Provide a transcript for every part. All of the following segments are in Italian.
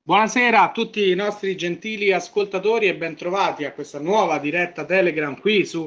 Buonasera a tutti i nostri gentili ascoltatori e bentrovati a questa nuova diretta Telegram qui su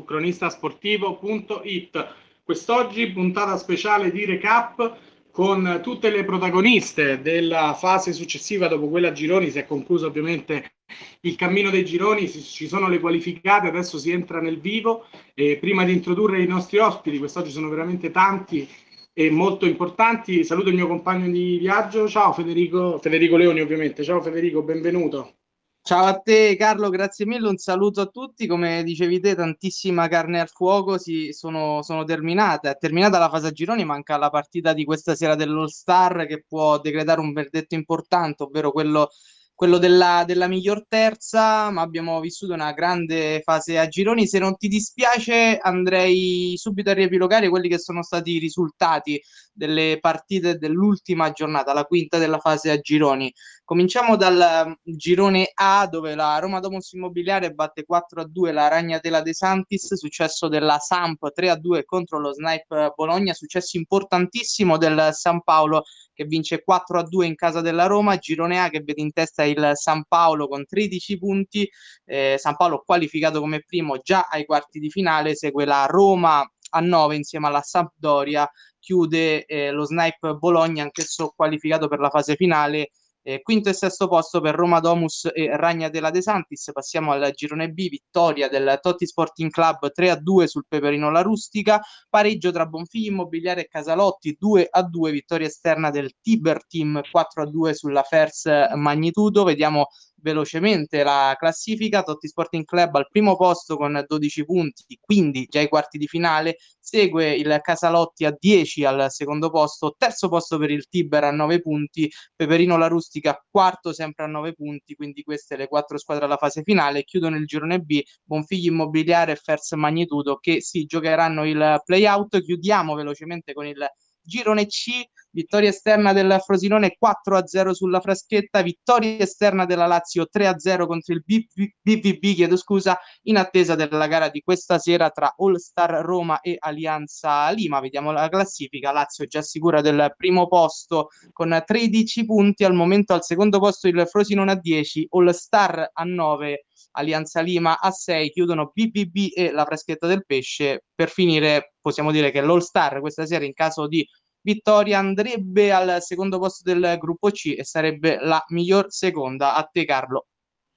cronistasportivo.it. Quest'oggi puntata speciale di recap con tutte le protagoniste della fase successiva dopo quella a gironi. Si è concluso ovviamente il cammino dei gironi, ci sono le qualificate, adesso si entra nel vivo e prima di introdurre i nostri ospiti, quest'oggi sono veramente tanti e molto importanti. Saluto il mio compagno di viaggio, ciao Federico, Federico Leoni ovviamente, ciao Federico, benvenuto. Ciao a te Carlo, grazie mille, un saluto a tutti. Come dicevi te, tantissima carne al fuoco, sono terminate. È terminata la fase a gironi, manca la partita di questa sera dell'All Star che può decretare un verdetto importante, ovvero quello della miglior terza, ma abbiamo vissuto una grande fase a gironi. Se non ti dispiace, andrei subito a riepilogare quelli che sono stati i risultati delle partite dell'ultima giornata, la quinta della fase a gironi. Cominciamo dal girone A dove la Roma Domus Immobiliare batte 4-2 la Ragnatela De Santis, successo della Samp 3-2 contro lo Snipe Bologna, successo importantissimo del San Paolo che vince 4-2 in casa della Roma, girone A che vede in testa il San Paolo con 13 punti, San Paolo qualificato come primo già ai quarti di finale, segue la Roma a 9 insieme alla Sampdoria, chiude lo Snipe Bologna anch'esso qualificato per la fase finale. Quinto e sesto posto per Roma Domus e Ragnatela De Santis. Passiamo al girone B, vittoria del Totti Sporting Club 3-2 sul Peperino La Rustica, pareggio tra Bonfigli Immobiliare e Casalotti 2-2, vittoria esterna del Tiber Team 4-2 sulla Fers Magnitudo. Vediamo velocemente la classifica. Totti Sporting Club al primo posto con 12 punti, quindi già ai quarti di finale. Segue il Casalotti a 10 al secondo posto, terzo posto per il Tiber a 9 punti, Peperino La Rustica quarto sempre a 9 punti, quindi queste le quattro squadre alla fase finale. Chiudono il girone B Bonfigli Immobiliare e Fers Magnitudo che si giocheranno il play-out. Chiudiamo velocemente con il girone C, vittoria esterna del Frosinone 4-0 sulla Fraschetta, vittoria esterna della Lazio 3-0 contro il BVB, chiedo scusa, in attesa della gara di questa sera tra All Star Roma e Alianza Lima. Vediamo la classifica, Lazio già sicura del primo posto con 13 punti, al momento al secondo posto il Frosinone a 10, All Star a 9, Alianza Lima a 6, chiudono BBB e la Freschetta del Pesce. Per finire possiamo dire che l'All Star questa sera in caso di vittoria andrebbe al secondo posto del gruppo C e sarebbe la miglior seconda. A te Carlo.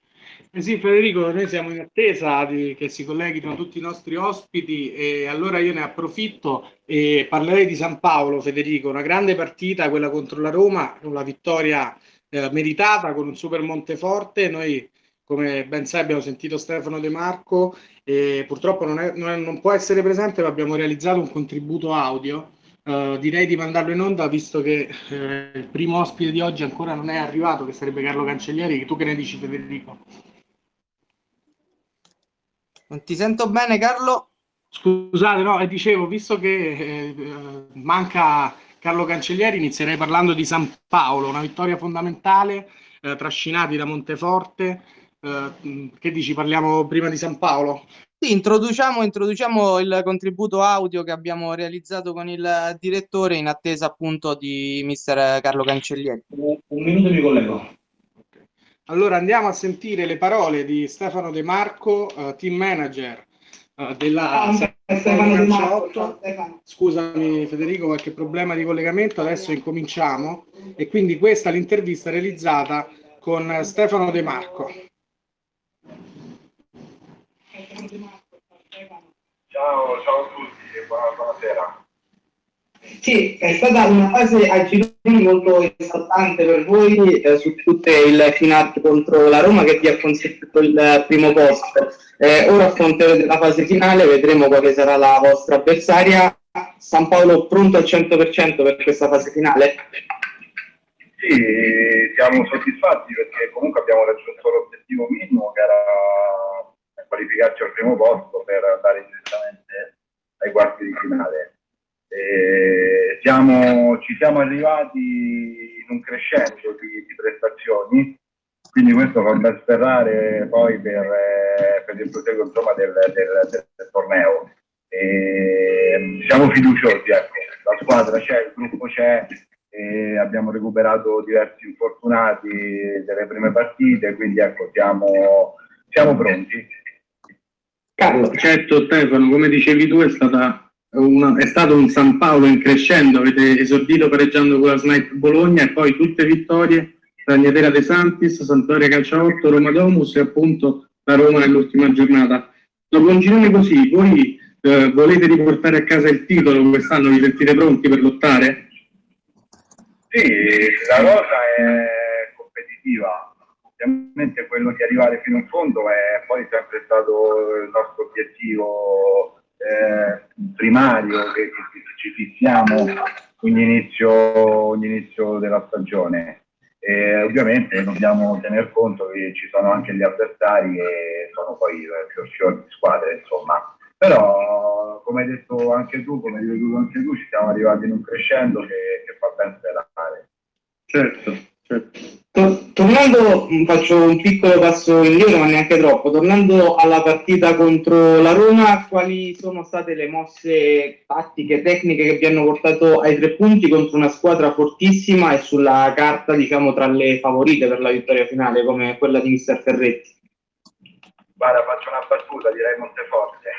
Sì, Federico, noi siamo in attesa che si colleghino tutti i nostri ospiti e allora io ne approfitto e parlerei di San Paolo, Federico, una grande partita, quella contro la Roma, una vittoria meritata con un super Monteforte. Noi, come ben sai, abbiamo sentito Stefano De Marco e purtroppo non può essere presente, ma abbiamo realizzato un contributo audio. Direi di mandarlo in onda visto che il primo ospite di oggi ancora non è arrivato, che sarebbe Carlo Cancellieri. Tu che ne dici, Federico? Non ti sento bene Carlo? Scusate, no, dicevo, visto che manca Carlo Cancellieri, inizierei parlando di San Paolo, una vittoria fondamentale, trascinati da Monteforte. Che dici, parliamo prima di San Paolo? Sì, introduciamo il contributo audio che abbiamo realizzato con il direttore in attesa appunto di mister Carlo Cancellieri. Un minuto mi collego. Allora andiamo a sentire le parole di Stefano De Marco, team manager della Stefano De Marco. Scusami Federico, qualche problema di collegamento, adesso incominciamo. E quindi questa è l'intervista realizzata con Stefano De Marco. Ciao a tutti e buonasera. Sì, è stata una fase a gironi molto importante per voi, su tutte il finale contro la Roma che vi ha consentito il primo posto. Ora affronterete la fase finale, vedremo quale sarà la vostra avversaria. San Paolo pronto al 100% per questa fase finale? Sì, siamo soddisfatti perché comunque abbiamo raggiunto l'obiettivo minimo che era qualificarci al primo posto per andare direttamente ai quarti di finale. Ci siamo arrivati in un crescendo di prestazioni, quindi questo fa ben sperare poi per il proseguo insomma, del torneo. Siamo fiduciosi, ecco. La squadra c'è, il gruppo c'è, e abbiamo recuperato diversi infortunati delle prime partite, quindi ecco, siamo pronti. Carlo. Certo Stefano, come dicevi tu è stato un San Paolo in crescendo, avete esordito pareggiando con la Snipe Bologna e poi tutte vittorie, Ragnatela De Santis, Sampdoria Calciaotto, Roma Domus e appunto la Roma nell'ultima giornata. Dopo un girone così, voi volete riportare a casa il titolo quest'anno? Vi sentite pronti per lottare? Sì, la rosa è competitiva, ovviamente quello di arrivare fino in fondo è poi sempre stato il nostro obiettivo primario che ci fissiamo ogni inizio della stagione. E ovviamente dobbiamo tener conto che ci sono anche gli avversari che sono poi fior di squadre, insomma. Però, come hai detto anche tu, come hai detto anche tu, ci siamo arrivati in un crescendo che fa ben sperare. Certo. Tornando, faccio un piccolo passo indietro, ma neanche troppo. Tornando alla partita contro la Roma, quali sono state le mosse tattiche, tecniche che vi hanno portato ai 3 punti contro una squadra fortissima e sulla carta, diciamo, tra le favorite per la vittoria finale, come quella di Mister Ferretti? Guarda, faccio una battuta, direi Monteforte.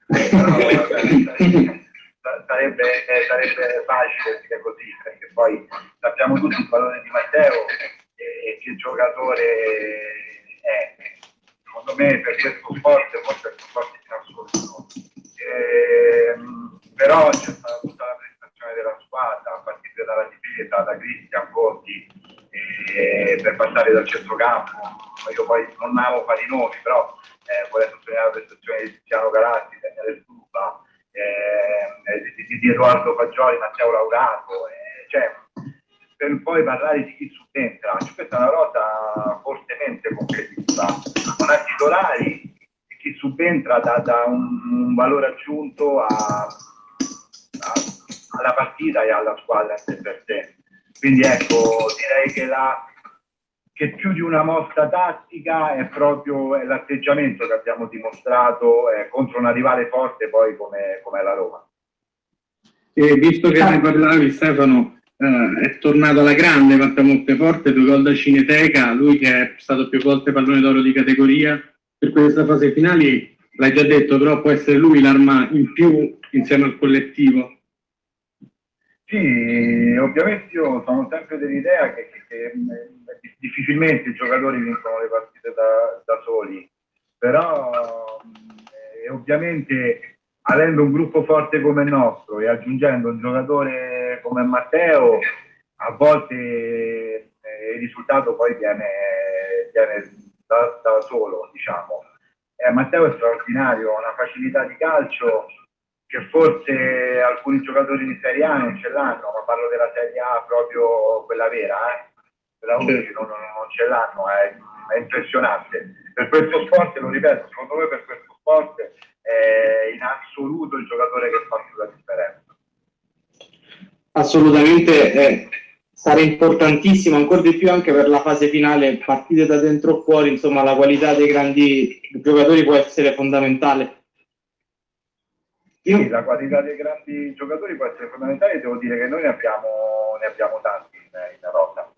Sarebbe facile dire così, perché poi sappiamo tutti il valore di Matteo e che giocatore è. Secondo me per questo sport forse è il più forte in assoluto. Però c'è stata tutta la prestazione della squadra, a partire dalla difesa, da Cristian Conti, per passare dal centrocampo. Io poi non amo fare i nomi, però volendo sottolineare la prestazione di Tiziano Garatti, Daniele Stupa, di Edoardo Fagioli, Matteo Laurato, cioè, per poi parlare di chi subentra. Questa è una rosa fortemente competitiva, non ha titolari e chi subentra dà un valore aggiunto alla partita e alla squadra in sé per sé. Quindi ecco, direi che più di una mossa tattica è proprio l'atteggiamento che abbiamo dimostrato contro una rivale forte poi come la Roma. E visto che ne parlavi Stefano, è tornato alla grande, fatta molte forte, 2 gol da Cineteca, lui che è stato più volte pallone d'oro di categoria per questa fase finale, l'hai già detto, però può essere lui l'arma in più insieme al collettivo. Sì, ovviamente io sono sempre dell'idea che difficilmente i giocatori vincono le partite da soli, però ovviamente avendo un gruppo forte come il nostro e aggiungendo un giocatore come Matteo, a volte il risultato poi viene da solo, diciamo. Matteo è straordinario, ha una facilità di calcio che forse alcuni giocatori di Serie A non ce l'hanno, ma parlo della Serie A proprio quella vera, quella che non ce l'hanno, è impressionante. Per questo sport, lo ripeto, secondo me per questo sport è in assoluto il giocatore che fa più la differenza. Assolutamente, sarà importantissimo ancora di più anche per la fase finale, partite da dentro o fuori, insomma la qualità dei grandi giocatori può essere fondamentale. Sì, la qualità dei grandi giocatori può essere fondamentale, devo dire che noi ne abbiamo tanti in rosa.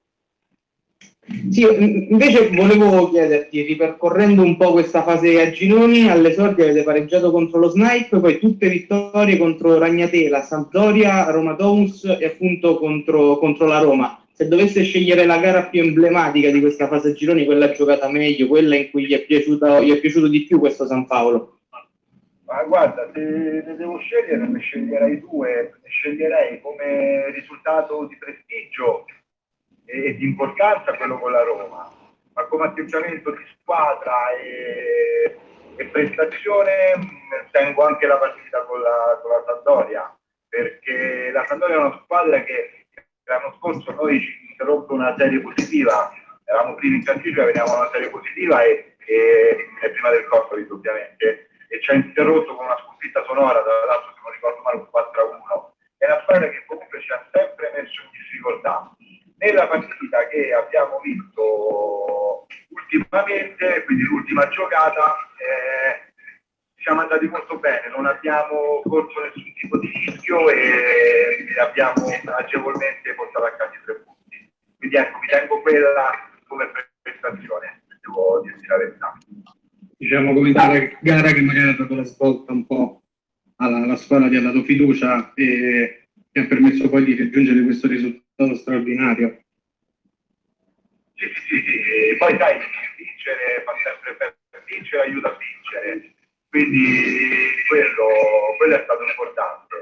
Sì, invece volevo chiederti, ripercorrendo un po' questa fase a gironi, all'esordio avete pareggiato contro lo Snipe, poi tutte vittorie contro Ragnatela, Sampdoria, Roma Domus e appunto contro la Roma. Se dovesse scegliere la gara più emblematica di questa fase a gironi, quella giocata meglio, quella in cui gli è piaciuto di più questo San Paolo? Ma guarda, se ne devo scegliere, ne sceglierei 2, ne sceglierei come risultato di prestigio e di importanza quello con la Roma, ma come atteggiamento di squadra e prestazione tengo anche la partita con la Sampdoria, perché la Sampdoria è una squadra che l'anno scorso noi ci interrotto una serie positiva, eravamo primi in classifica, veniamo da una serie positiva e prima del Covid ovviamente, e ci ha interrotto con una sconfitta sonora, tra l'altro se non ricordo male un 4-1, è una squadra che comunque ci ha sempre messo in difficoltà. Nella partita che abbiamo visto ultimamente, quindi l'ultima giocata, siamo andati molto bene, non abbiamo corso nessun tipo di rischio e abbiamo agevolmente portato a casa i 3 punti. Quindi ecco, mi tengo quella come prestazione, devo dirti la verità. Diciamo come gara che magari ha dato la svolta un po' alla squadra, ti ha dato fiducia e ti ha permesso poi di raggiungere questo risultato straordinario. Sì. E poi sai, vincere fa sempre per vincere, aiuta a vincere. Quindi quello è stato importante.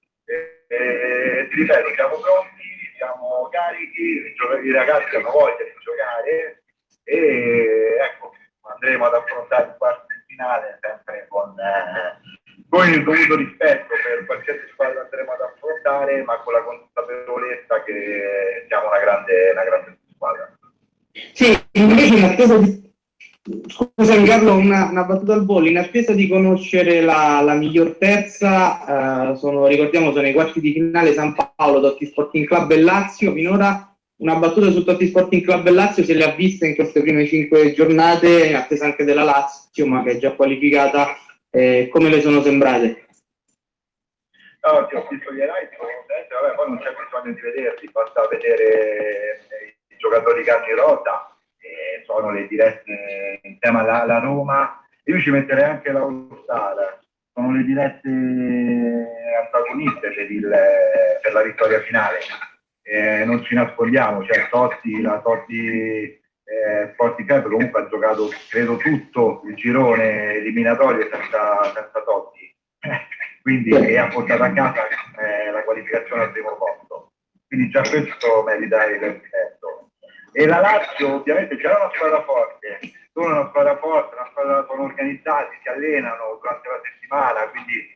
Ti ripeto, siamo pronti, siamo carichi, i ragazzi hanno voglia di giocare e ecco, andremo ad affrontare il quarto di finale sempre con il dovuto rispetto per qualsiasi squadra andremo ad affrontare, ma con la consapevolezza che siamo una grande squadra. Sì, invece in attesa di... Scusami Carlo, una battuta al volo. In attesa di conoscere la miglior terza, ricordiamo, sono i quarti di finale San Paolo, Totti Sporting Club e Lazio. Finora una battuta su Totti Sporting Club e Lazio, se le ha viste in queste prime 5 giornate, in attesa anche della Lazio, ma che è già qualificata, come le sono sembrate? No, ti ho visto gli highlights, vabbè, poi non c'è bisogno di vederli, basta vedere i giocatori che hanno in rosa. Sono le dirette insieme alla Roma, io ci metterei anche la All-Star, sono le dirette antagoniste per la vittoria finale. Non ci nascondiamo, cioè la Totti Sporting Club comunque ha giocato credo tutto il girone eliminatorio senza Totti, quindi ha portato a casa la qualificazione al primo posto, quindi già questo merita il rispetto. E la Lazio ovviamente c'era una squadra forte, sono organizzati, si allenano durante la settimana, quindi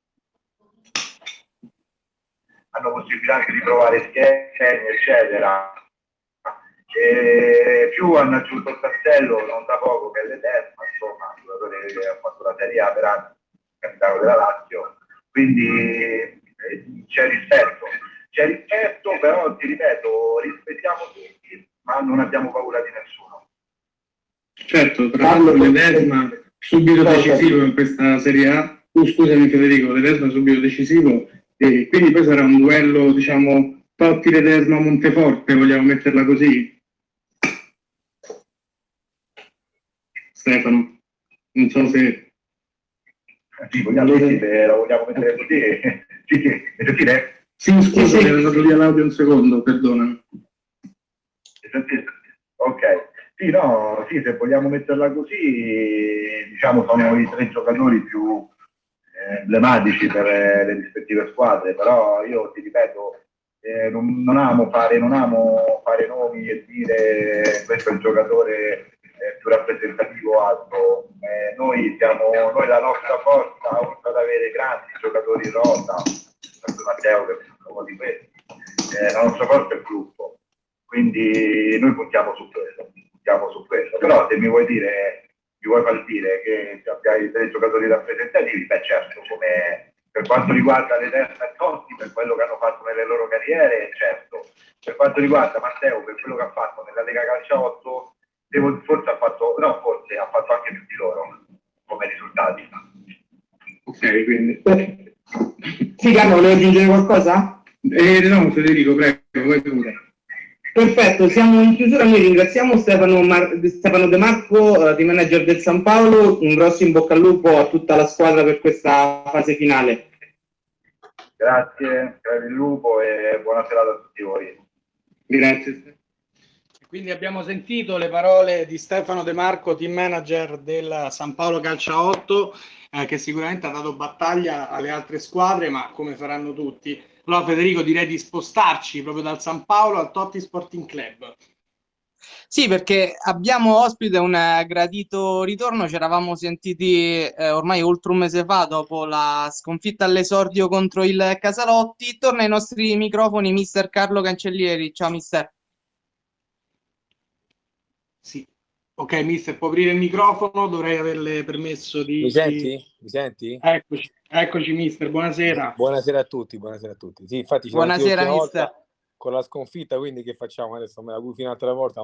hanno possibilità anche di provare schemi, eccetera. E più hanno aggiunto il tassello non da poco, che è l'Ederma, insomma, un giocatore che ha fatto la Serie A per anni, capitano della Lazio, quindi c'è rispetto, però ti ripeto, rispettiamo tutti, ma non abbiamo paura di nessuno. Certo, tra l'altro l'Ederma subito decisivo in questa Serie A. Scusami Federico, l'Ederma subito decisivo, e quindi poi sarà un duello, diciamo, Totti l'Ederma Monteforte, vogliamo metterla così? Stefano, non so se... Sì, la vogliamo mettere così? Sì, scusa, mi era stato via l'audio un secondo, perdonami. Ok, sì, se vogliamo metterla così, diciamo sono i 3 giocatori più emblematici per le rispettive squadre, però io ti ripeto, non amo fare nomi e dire questo è il giocatore più rappresentativo o altro. Noi la nostra forza, oltre ad avere grandi giocatori in rosa, Matteo che è uno di questi, la nostra forza è il gruppo, quindi noi puntiamo su questo, però se mi vuoi far dire che abbiamo 3 giocatori rappresentativi, beh certo, come per quanto riguarda le terze Totti, per quello che hanno fatto nelle loro carriere, certo, per quanto riguarda Matteo, per quello che ha fatto nella Lega Calcio 8, forse ha fatto anche più di loro come risultati. Ok, quindi... Sì, Carlo, volevi aggiungere qualcosa? No, Federico, prego, vai pure. Perfetto, siamo in chiusura, noi ringraziamo Stefano De Marco, di manager del San Paolo, un grosso in bocca al lupo a tutta la squadra per questa fase finale. Grazie il lupo e buona serata a tutti voi. Grazie. Quindi abbiamo sentito le parole di Stefano De Marco, team manager del San Paolo Calcio 8, che sicuramente ha dato battaglia alle altre squadre, ma come faranno tutti. Allora Federico, direi di spostarci proprio dal San Paolo al Totti Sporting Club. Sì, perché abbiamo ospite un gradito ritorno, ci eravamo sentiti ormai oltre un mese fa dopo la sconfitta all'esordio contro il Casalotti. Torna ai nostri microfoni mister Carlo Cancellieri. Ciao mister. Sì. Ok, mister, può aprire il microfono, dovrei averle permesso di... Mi senti? Mi senti? Eccoci mister, buonasera. Buonasera a tutti. Sì, infatti buonasera mister. con la sconfitta, quindi che facciamo adesso? Me la gufi un'altra volta?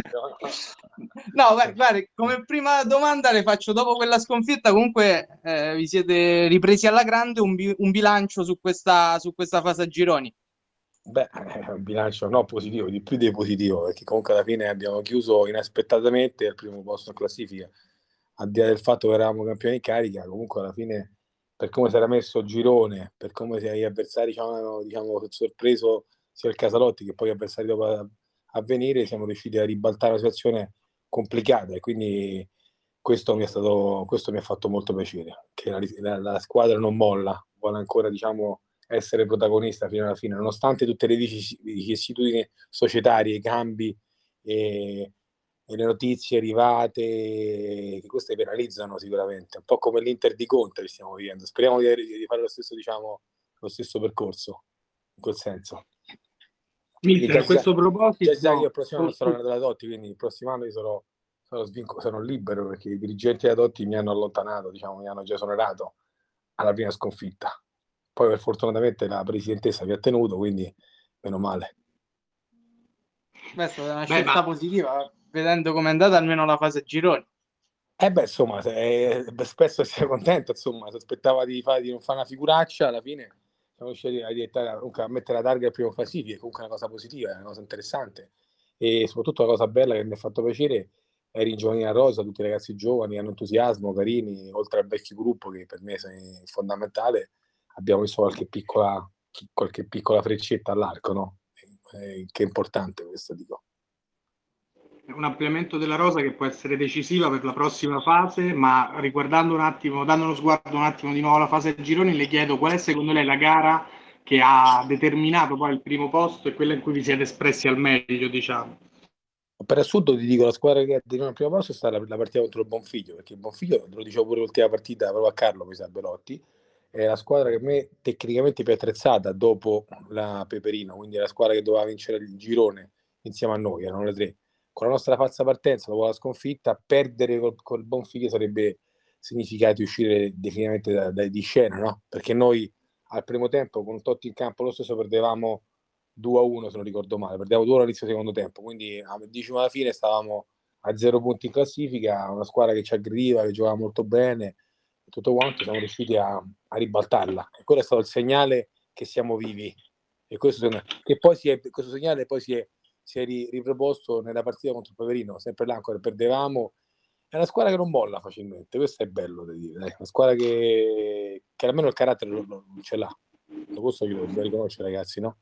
No, guarda, come prima domanda le faccio dopo quella sconfitta, comunque vi siete ripresi alla grande un bilancio su questa fase a gironi? Beh, un bilancio no positivo, di più di positivo, perché comunque alla fine abbiamo chiuso inaspettatamente al primo posto in classifica, al di là del fatto che eravamo campioni in carica, comunque alla fine per come si era messo il girone, per come gli avversari ci hanno, diciamo, sorpreso sia il Casalotti che poi gli avversari dopo a venire, siamo riusciti a ribaltare una situazione complicata e quindi questo mi ha fatto molto piacere, che la squadra non molla, vuole ancora, diciamo, essere protagonista fino alla fine, nonostante tutte le vicissitudini societarie, i cambi e le notizie arrivate, che queste penalizzano sicuramente, un po' come l'Inter di Conte che stiamo vivendo. Speriamo di fare lo stesso, diciamo, lo stesso percorso, in quel senso. Mister, a questo proposito... Già io il prossimo anno sarò nella Dotti, quindi il prossimo anno io sono libero perché i dirigenti della Dotti mi hanno allontanato, diciamo, mi hanno già esonerato alla prima sconfitta. Poi fortunatamente la presidentessa mi ha tenuto, quindi meno male. Beh, è stata una scelta positiva, vedendo com'è andata almeno la fase a gironi. Insomma, spesso essere contento, insomma, si aspettava di non fare una figuraccia, alla fine siamo riusciti a mettere la targa al primo classifica, comunque è una cosa positiva, è una cosa interessante e soprattutto la cosa bella che mi ha fatto piacere è ringiovanire a rosa, tutti i ragazzi giovani, hanno entusiasmo, carini, oltre al vecchio gruppo che per me è fondamentale, abbiamo messo qualche piccola freccetta all'arco, no? Che è importante questo, dico. Un ampliamento della rosa che può essere decisiva per la prossima fase, ma riguardando un attimo, dando uno sguardo un attimo di nuovo alla fase a gironi, le chiedo qual è secondo lei la gara che ha determinato poi il primo posto e quella in cui vi siete espressi al meglio, diciamo. Per assurdo ti dico, la squadra che ha determinato il primo posto è stata la partita contro il Bonfiglio, perché il Bonfiglio, te lo dicevo pure l'ultima partita proprio a Carlo, mi sa Belotti, è la squadra che a me tecnicamente più attrezzata dopo la Peperino, quindi è la squadra che doveva vincere il girone insieme a noi, erano le tre. Con la nostra falsa partenza, dopo la sconfitta, perdere col Bonfiglio sarebbe significato uscire definitivamente di scena, no? Perché noi al primo tempo con Totti in campo lo stesso perdevamo 2-1 se non ricordo male, perdiamo 2-1 all'inizio secondo tempo, quindi diciamo alla fine stavamo a 0 punti in classifica, una squadra che ci aggrediva, che giocava molto bene, tutto quanto, siamo riusciti a ribaltarla e quello è stato il segnale che siamo vivi e questo segnale poi si è riproposto nella partita contro il Paverino, sempre là ancora perdevamo, è una squadra che non molla facilmente, questo è bello da dire, una squadra che almeno il carattere non ce l'ha, questo io lo devo riconoscere ragazzi, no?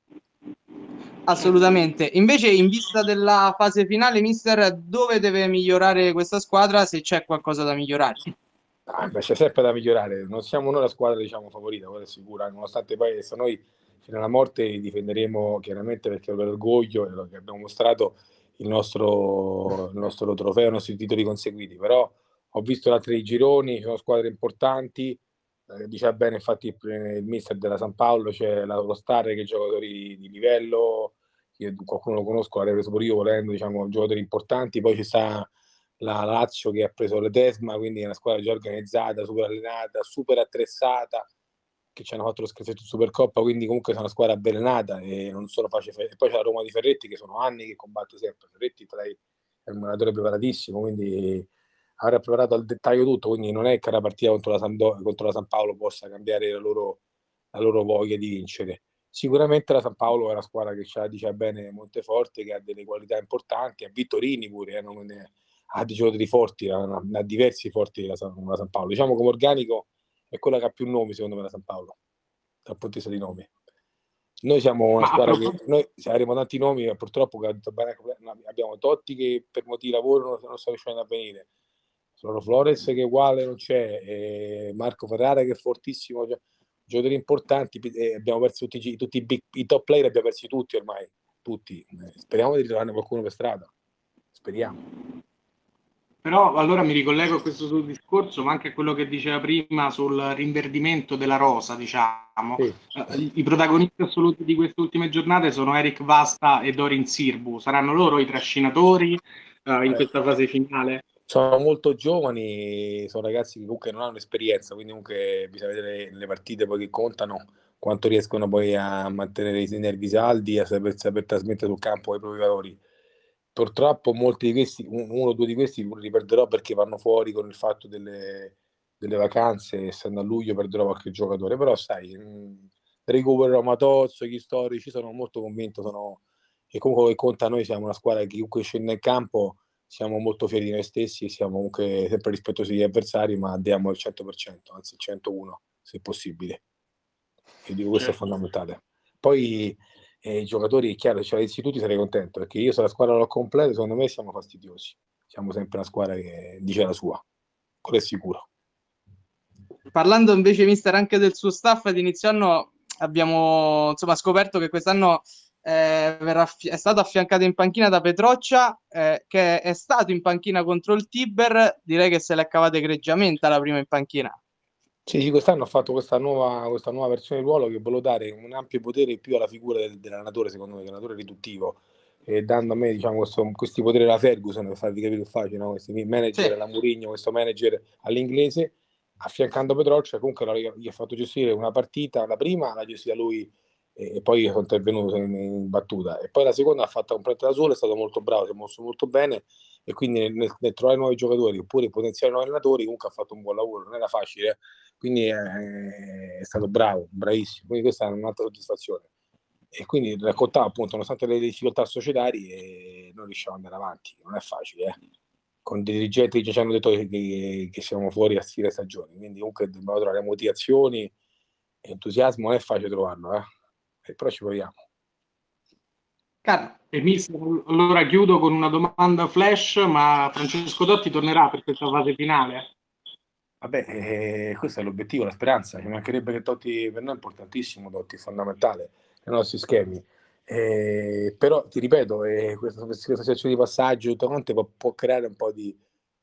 Assolutamente. Invece, in vista della fase finale, mister, dove deve migliorare questa squadra, se c'è qualcosa da migliorare? C'è sempre da migliorare, non siamo noi la squadra diciamo favorita, quello è sicuro, nonostante poi adesso noi fino alla morte difenderemo chiaramente perché per orgoglio che abbiamo mostrato il nostro trofeo, i nostri titoli conseguiti, però ho visto gli altri gironi, ci sono squadre importanti, diceva bene infatti il mister della San Paolo, c'è lo Star che è giocatori di livello, io qualcuno lo conosco, l'avrei preso pure io volendo, diciamo giocatori importanti, poi ci sta la Lazio che ha preso le Tesma, quindi è una squadra già organizzata, super allenata, super attrezzata, che ci hanno fatto lo scherzetto Supercoppa, quindi comunque è una squadra avvelenata e non sono facile. E poi c'è la Roma di Ferretti che sono anni che combatte sempre. Ferretti è un allenatore preparatissimo, quindi avrà preparato al dettaglio tutto, quindi non è che la partita contro la San Paolo possa cambiare la loro voglia di vincere. Sicuramente la San Paolo è una squadra che dice bene Monteforte, che ha delle qualità importanti, ha Vittorini pure, ha dei giocatori forti, ha diversi forti la San Paolo. Diciamo come organico è quella che ha più nomi secondo me la San Paolo, dal punto di vista dei nomi. Noi siamo una squadra che noi avremo tanti nomi, purtroppo abbiamo Totti che per motivi di lavoro non sta riuscendo a venire, solo Flores che uguale non c'è, Marco Ferrara che è fortissimo, giocatori importanti, abbiamo perso tutti i top player, abbiamo persi tutti ormai, tutti. Speriamo di ritrovarne qualcuno per strada, speriamo. Però allora mi ricollego a questo suo discorso, ma anche a quello che diceva prima sul rinverdimento della rosa, diciamo. Sì. I protagonisti assoluti di queste ultime giornate sono Eric Vasta e Dorin Sirbu. Saranno loro i trascinatori in questa fase finale? Sono molto giovani, sono ragazzi che comunque non hanno esperienza, quindi comunque bisogna vedere le partite poi che contano, quanto riescono poi a mantenere i nervi saldi e a saper trasmettere sul campo ai propri valori. Purtroppo molti di questi, uno o due di questi li perderò perché vanno fuori con il fatto delle vacanze, essendo a luglio perderò qualche giocatore, però sai, recupererò Matozzo, gli storici, sono molto convinto, e comunque che conta, noi siamo una squadra che chiunque scende in campo siamo molto fieri di noi stessi e siamo comunque sempre rispettosi degli avversari, ma diamo il 100%, anzi il 101% se possibile. E dico, questo è fondamentale. Poi i giocatori, è chiaro, cioè, tutti sarei contento, perché io se la squadra l'ho completa, secondo me siamo fastidiosi. Siamo sempre una squadra che dice la sua, quello è sicuro. Parlando invece, mister, anche del suo staff, ad inizio anno abbiamo scoperto che quest'anno è stato affiancato in panchina da Petroccia, che è stato in panchina contro il Tiber. Direi che se l'è cavata egregiamente alla prima in panchina. Sì, quest'anno ho fatto questa nuova versione di ruolo che volevo dare un ampio potere in più alla figura dell'allenatore, secondo me, che è un allenatore riduttivo, e dando a me, diciamo, questi poteri alla Ferguson, per farvi capire più facile, no? Questi manager alla Mourinho, questo manager all'inglese, affiancando Petroccia. Comunque gli ho fatto gestire una partita, la prima l'ha gestita lui e poi sono intervenuto in battuta, e poi la seconda l'ha fatta completa da solo, è stato molto bravo, si è mosso molto bene, e quindi nel trovare nuovi giocatori oppure potenziare nuovi allenatori comunque ha fatto un buon lavoro, non era facile, quindi è stato bravo, bravissimo, quindi questa è un'altra soddisfazione. E quindi raccontavo appunto, nonostante le difficoltà societarie, non riusciamo ad andare avanti, non è facile, con dei dirigenti che ci hanno detto che siamo fuori a fine stagione, quindi comunque dobbiamo trovare motivazioni e entusiasmo, non è facile trovarlo, però ci proviamo. E mister, allora chiudo con una domanda flash, ma Francesco Totti tornerà per questa fase finale? Vabbè, questo è l'obiettivo, la speranza. Ci mancherebbe che Totti, per noi è importantissimo, Totti è fondamentale nei nostri schemi. Però ti ripeto, questa situazione di passaggio tutto quanto può creare un po' di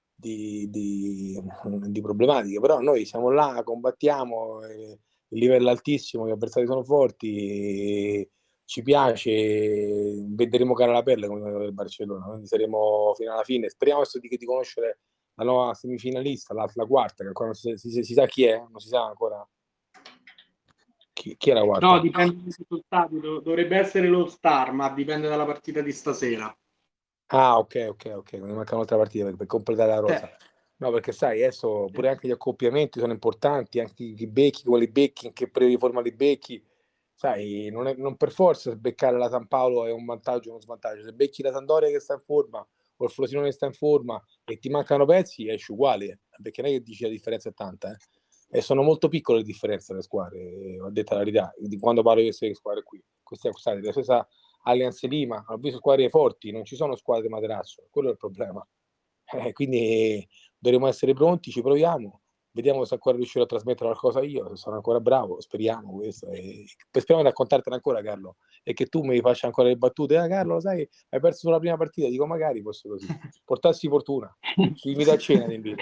problematiche, però noi siamo là, combattiamo, il livello è altissimo, gli avversari sono forti, ci piace, vedremo cara la pelle come del Barcellona, quindi saremo fino alla fine. Speriamo di conoscere la nuova semifinalista, la quarta, che ancora non si sa chi è, non si sa ancora chi è la quarta. No, dipende dai risultati, dovrebbe essere lo Star, ma dipende dalla partita di stasera. Ah, ok, mi manca un'altra partita per completare la rosa. No, perché sai, adesso pure anche gli accoppiamenti sono importanti, anche i becchi, quali becchi, in che periodo di forma li becchi. Sai, non per forza beccare la San Paolo è un vantaggio o uno svantaggio. Se becchi la Sampdoria che sta in forma o il Frosinone che sta in forma e ti mancano pezzi, esci uguale, perché non è che dici la differenza è tanta, e sono molto piccole le differenze delle squadre, ho detto la verità, di quando parlo di queste squadre qui. Queste accusate, la stessa Allianz Lima, ho visto squadre forti, non ci sono squadre materasso, quello è il problema. Quindi dovremo essere pronti, ci proviamo, vediamo se ancora riuscirò a trasmettere qualcosa io, se sono ancora bravo, speriamo questo. Speriamo di raccontartene ancora, Carlo, e che tu mi faccia ancora le battute. Carlo, sai, hai perso sulla prima partita, dico magari fosse così, portassi fortuna, ci invito a cena, ti invito.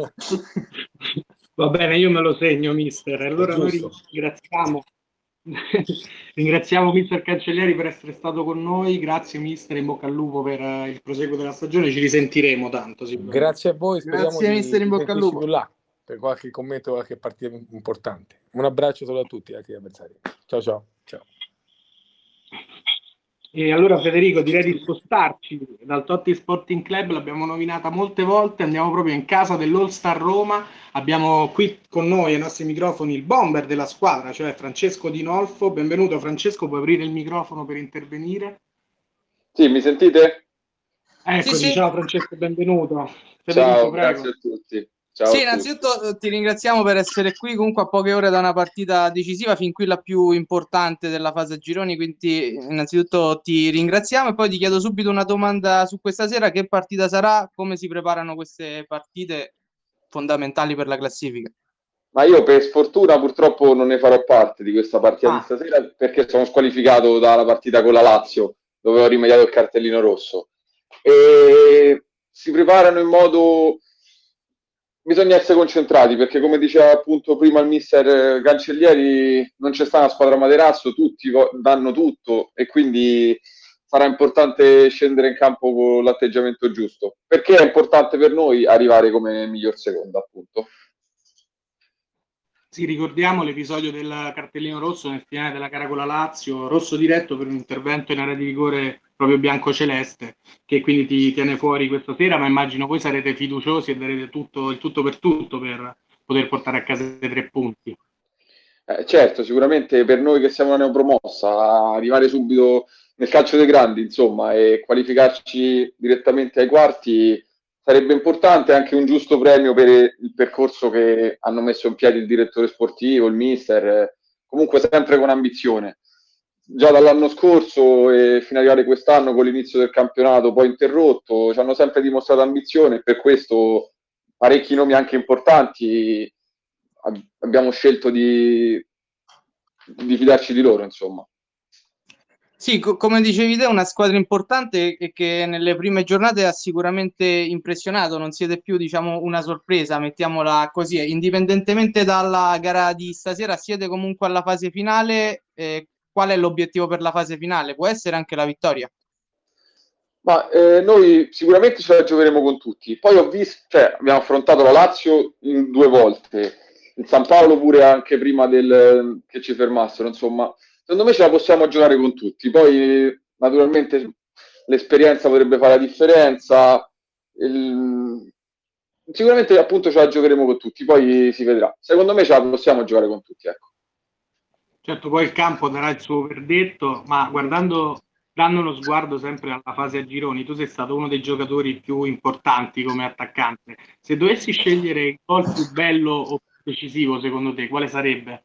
Va bene, io me lo segno, mister. Allora noi ringraziamo mister Cancellieri per essere stato con noi, grazie mister, in bocca al lupo per il proseguo della stagione, ci risentiremo tanto. Grazie a voi, speriamo mister, in bocca al lupo. più là per qualche commento, qualche partita importante. Un abbraccio solo a tutti, anche agli avversari. Ciao. E allora Federico, direi di spostarci dal Totti Sporting Club, l'abbiamo nominata molte volte, andiamo proprio in casa dell'All Star Roma, abbiamo qui con noi ai nostri microfoni il bomber della squadra, cioè Francesco Di Nolfo. Benvenuto Francesco, puoi aprire il microfono per intervenire? Sì, mi sentite? Eccoci, sì. Ciao Francesco, benvenuto. Federico, ciao, prego. Grazie a tutti. Ciao sì, innanzitutto ti ringraziamo per essere qui comunque a poche ore da una partita decisiva, fin qui la più importante della fase a gironi, quindi innanzitutto ti ringraziamo e poi ti chiedo subito una domanda su questa sera: che partita sarà? Come si preparano queste partite fondamentali per la classifica? Ma io per sfortuna purtroppo non ne farò parte di questa partita di stasera, perché sono squalificato dalla partita con la Lazio, dove ho rimediato il cartellino rosso. E si preparano in modo... Bisogna essere concentrati, perché come diceva appunto prima il mister Cancellieri, non c'è stata una squadra materasso, tutti danno tutto, e quindi sarà importante scendere in campo con l'atteggiamento giusto, perché è importante per noi arrivare come miglior seconda, appunto. Sì, ricordiamo l'episodio del cartellino rosso nel finale della gara con la Lazio, rosso diretto per un intervento in area di rigore proprio bianco-celeste, che quindi ti tiene fuori questa sera, ma immagino voi sarete fiduciosi e darete il tutto per tutto per poter portare a casa i 3 punti. Certo, sicuramente per noi che siamo una neopromossa, arrivare subito nel calcio dei grandi, insomma, e qualificarci direttamente ai quarti sarebbe importante, anche un giusto premio per il percorso che hanno messo in piedi il direttore sportivo, il mister, comunque sempre con ambizione. Già dall'anno scorso e fino ad arrivare quest'anno con l'inizio del campionato poi interrotto, ci hanno sempre dimostrato ambizione e per questo parecchi nomi anche importanti abbiamo scelto di fidarci di loro, insomma. Sì, come dicevi te, è una squadra importante e che nelle prime giornate ha sicuramente impressionato. Non siete più, diciamo, una sorpresa, mettiamola così. Indipendentemente dalla gara di stasera, siete comunque alla fase finale. Qual è l'obiettivo per la fase finale? Può essere anche la vittoria? Ma noi sicuramente ce la giocheremo con tutti. Poi ho visto, cioè, abbiamo affrontato la Lazio in 2 volte, il San Paolo pure anche prima che ci fermassero, insomma. Secondo me ce la possiamo giocare con tutti. Poi, naturalmente, l'esperienza potrebbe fare la differenza. Sicuramente, appunto, ce la giocheremo con tutti. Poi si vedrà. Secondo me ce la possiamo giocare con tutti, ecco. Certo, poi il campo darà il suo verdetto, ma dando uno sguardo sempre alla fase a gironi, tu sei stato uno dei giocatori più importanti come attaccante. Se dovessi scegliere il gol più bello o più decisivo, secondo te, quale sarebbe?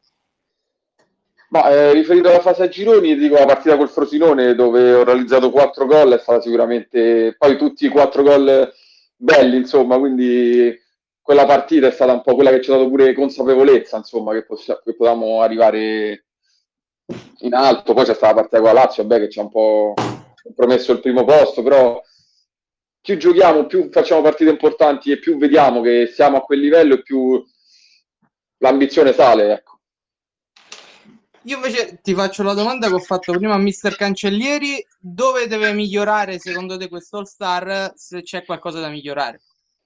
Ma riferito alla fase a gironi, dico la partita col Frosinone dove ho realizzato 4 gol è stata sicuramente, poi tutti i 4 gol belli, insomma, quindi quella partita è stata un po' quella che ci ha dato pure consapevolezza, insomma, che potevamo arrivare in alto. Poi c'è stata la partita con la Lazio, vabbè, che ci ha un po' compromesso il primo posto, però più giochiamo, più facciamo partite importanti e più vediamo che siamo a quel livello e più l'ambizione sale, ecco. Io invece ti faccio la domanda che ho fatto prima a Mister Cancellieri: dove deve migliorare secondo te questo All-Star, se c'è qualcosa da migliorare?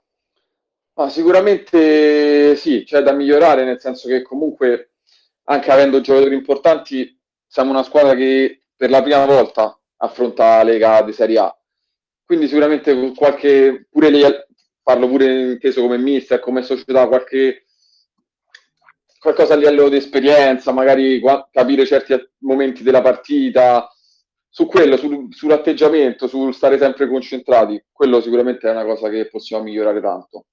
Sicuramente sì, c'è da migliorare, nel senso che comunque anche avendo giocatori importanti siamo una squadra che per la prima volta affronta la Lega di Serie A, quindi sicuramente pure lì, parlo pure inteso come mister, come società, qualcosa a livello di esperienza, magari capire certi momenti della partita, su quello, sull'atteggiamento, sul stare sempre concentrati, quello sicuramente è una cosa che possiamo migliorare tanto.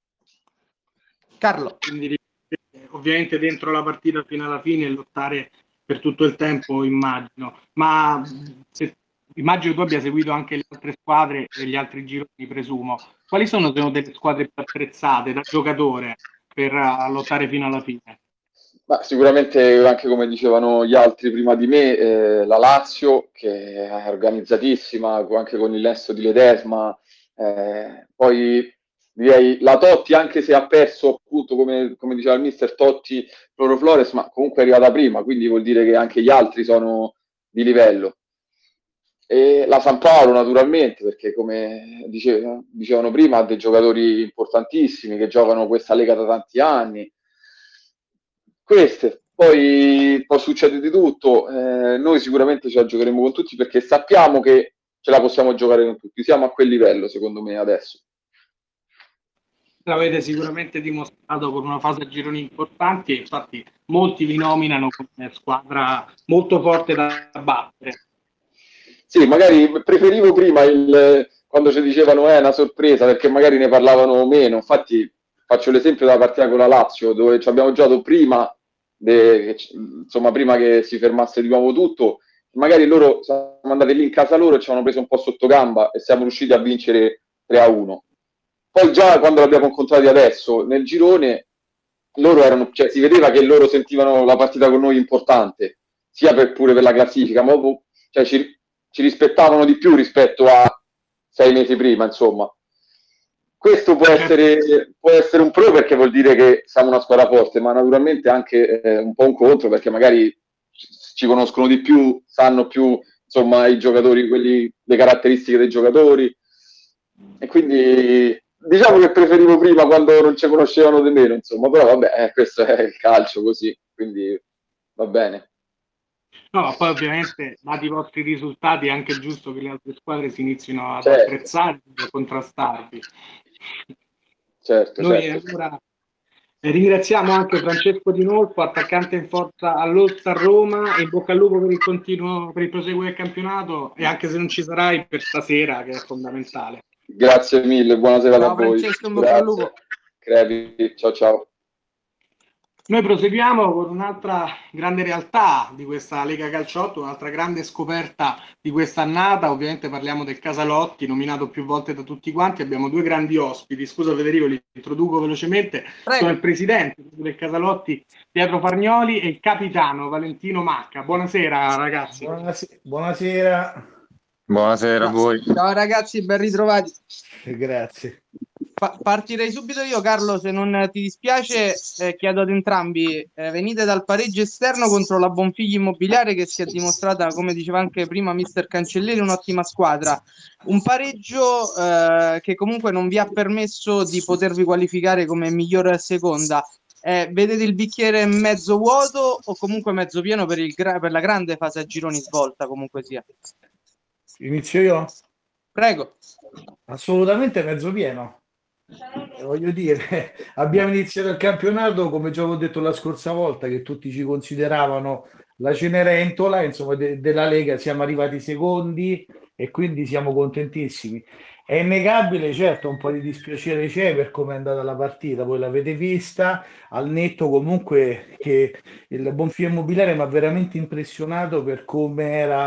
Carlo. Quindi ovviamente dentro la partita fino alla fine e lottare per tutto il tempo, immagino. Ma immagino tu abbia seguito anche le altre squadre e gli altri gironi, presumo. Quali sono delle squadre più attrezzate da giocatore per lottare fino alla fine? Ma sicuramente, anche come dicevano gli altri prima di me, la Lazio, che è organizzatissima, anche con il Lesso di Ledesma, poi direi la Totti, anche se ha perso, appunto, come diceva il mister Totti, Floro Flores, ma comunque è arrivata prima, quindi vuol dire che anche gli altri sono di livello. E la San Paolo, naturalmente, perché come dicevano prima, ha dei giocatori importantissimi che giocano questa Lega da tanti anni. Poi può succedere di tutto, noi sicuramente ce la giocheremo con tutti perché sappiamo che ce la possiamo giocare con tutti, siamo a quel livello secondo me adesso. L'avete sicuramente dimostrato con una fase a gironi importanti e infatti molti vi nominano come squadra molto forte da battere. Sì, magari preferivo prima quando ci dicevano è una sorpresa perché magari ne parlavano meno, infatti faccio l'esempio della partita con la Lazio dove ci abbiamo giocato prima che si fermasse di nuovo tutto, magari loro siamo andati lì in casa loro e ci hanno preso un po' sotto gamba e siamo riusciti a vincere 3-1. Poi già quando l'abbiamo incontrati adesso nel girone cioè, si vedeva che loro sentivano la partita con noi importante, sia pure per la classifica, ma cioè, ci rispettavano di più rispetto a 6 mesi prima, insomma. Questo può essere un pro perché vuol dire che siamo una squadra forte, ma naturalmente anche un po' un contro perché magari ci conoscono di più, sanno più, insomma, i giocatori, le caratteristiche dei giocatori. E quindi diciamo che preferivo prima quando non ci conoscevano di meno, insomma, però vabbè, questo è il calcio così, quindi va bene. No, poi ovviamente, dati i vostri risultati, è anche giusto che le altre squadre si inizino ad Certo. apprezzarvi e a contrastarvi. Certo, Noi certo. allora ringraziamo anche Francesco Di Nolfo, attaccante in forza all'All-Star Roma, e in bocca al lupo per il proseguo del campionato, e anche se non ci sarai, per stasera, che è fondamentale. Grazie mille, buonasera a voi. Francesco, in bocca al lupo. Crepi, ciao ciao. Noi proseguiamo con un'altra grande realtà di questa Lega Calciotto, un'altra grande scoperta di quest'annata. Ovviamente parliamo del Casalotti, nominato più volte da tutti quanti. Abbiamo due grandi ospiti. Scusa Federico, li introduco velocemente. Prego. Sono il presidente del Casalotti, Pietro Fargnoli, e il capitano Valentino Macca. Buonasera ragazzi. Buonasera. Buonasera a voi. Ciao ragazzi, ben ritrovati. Grazie. Partirei subito io, Carlo, se non ti dispiace, chiedo ad entrambi, venite dal pareggio esterno contro la Bonfigli Immobiliare, che si è dimostrata, come diceva anche prima mister Cancelleri, un'ottima squadra. Un pareggio che comunque non vi ha permesso di potervi qualificare come miglior seconda. Vedete il bicchiere mezzo vuoto o comunque mezzo pieno per la grande fase a gironi svolta, comunque sia? Inizio io? Prego. Assolutamente mezzo pieno. Voglio dire, abbiamo iniziato il campionato, come già avevo detto la scorsa volta, che tutti ci consideravano la Cenerentola, insomma, della Lega. Siamo arrivati secondi e quindi siamo contentissimi. È innegabile, certo, un po' di dispiacere c'è per come è andata la partita, voi l'avete vista, al netto comunque che il Bonfigli Immobiliare mi ha veramente impressionato per come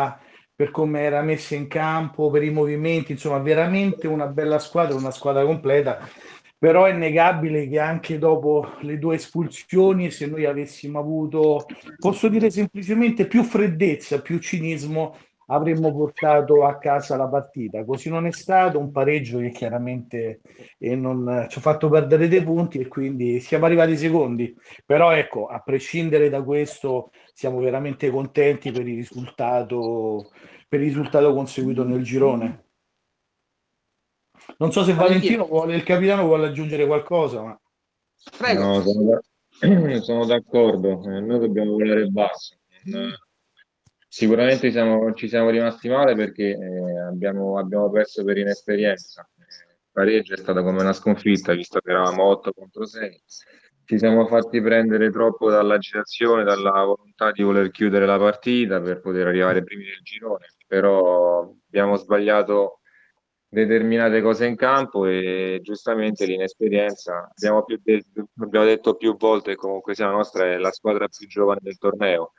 era messa in campo, per i movimenti, insomma, veramente una bella squadra, una squadra completa. Però è innegabile che anche dopo le 2 espulsioni, se noi avessimo avuto, posso dire semplicemente, più freddezza, più cinismo, avremmo portato a casa la partita. Così non è stato, un pareggio che chiaramente non ci ha fatto perdere dei punti e quindi siamo arrivati secondi. Però ecco, a prescindere da questo, siamo veramente contenti per il risultato conseguito nel girone. Non so se Valentino il capitano vuole aggiungere qualcosa, ma... Prego. No, sono d'accordo, noi dobbiamo volare basso. Sicuramente ci siamo rimasti male perché abbiamo perso per inesperienza. Il pareggio è stata come una sconfitta, visto che eravamo 8 contro 6. Ci siamo fatti prendere troppo dall'agitazione, dalla volontà di voler chiudere la partita per poter arrivare primi nel girone, però abbiamo sbagliato determinate cose in campo e giustamente l'inesperienza. Abbiamo detto più volte che comunque sia la nostra è la squadra più giovane del torneo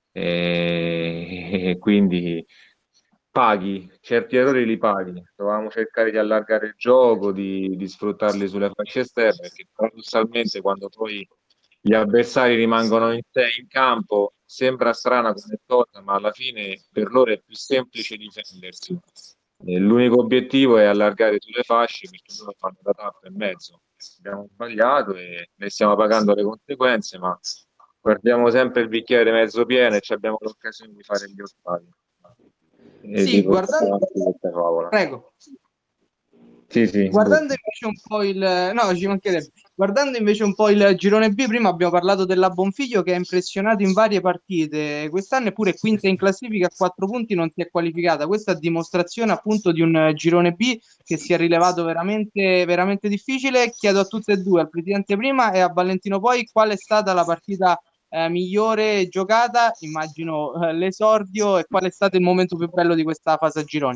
e quindi certi errori li paghi. Dovevamo cercare di allargare il gioco, di sfruttarli sulle fasce esterne, perché paradossalmente quando poi gli avversari rimangono in campo sembra strana come cosa, ma alla fine per loro è più semplice difendersi. L'unico obiettivo è allargare sulle fasce, perché loro fanno da tappa e mezzo. Abbiamo sbagliato e ne stiamo pagando le conseguenze, ma guardiamo sempre il bicchiere mezzo pieno e abbiamo l'occasione di fare gli ottavi. Sì, guardando... Prego. Sì. Guardando invece un po' Guardando invece un po' il girone B, prima abbiamo parlato della Bonfiglio che ha impressionato in varie partite. Quest'anno è pure quinta in classifica, a 4 punti non si è qualificata. Questa è dimostrazione appunto di un girone B che si è rilevato veramente, veramente difficile. Chiedo a tutte e due, al presidente prima e a Valentino poi, qual è stata la partita migliore giocata, immagino l'esordio, e qual è stato il momento più bello di questa fase a gironi?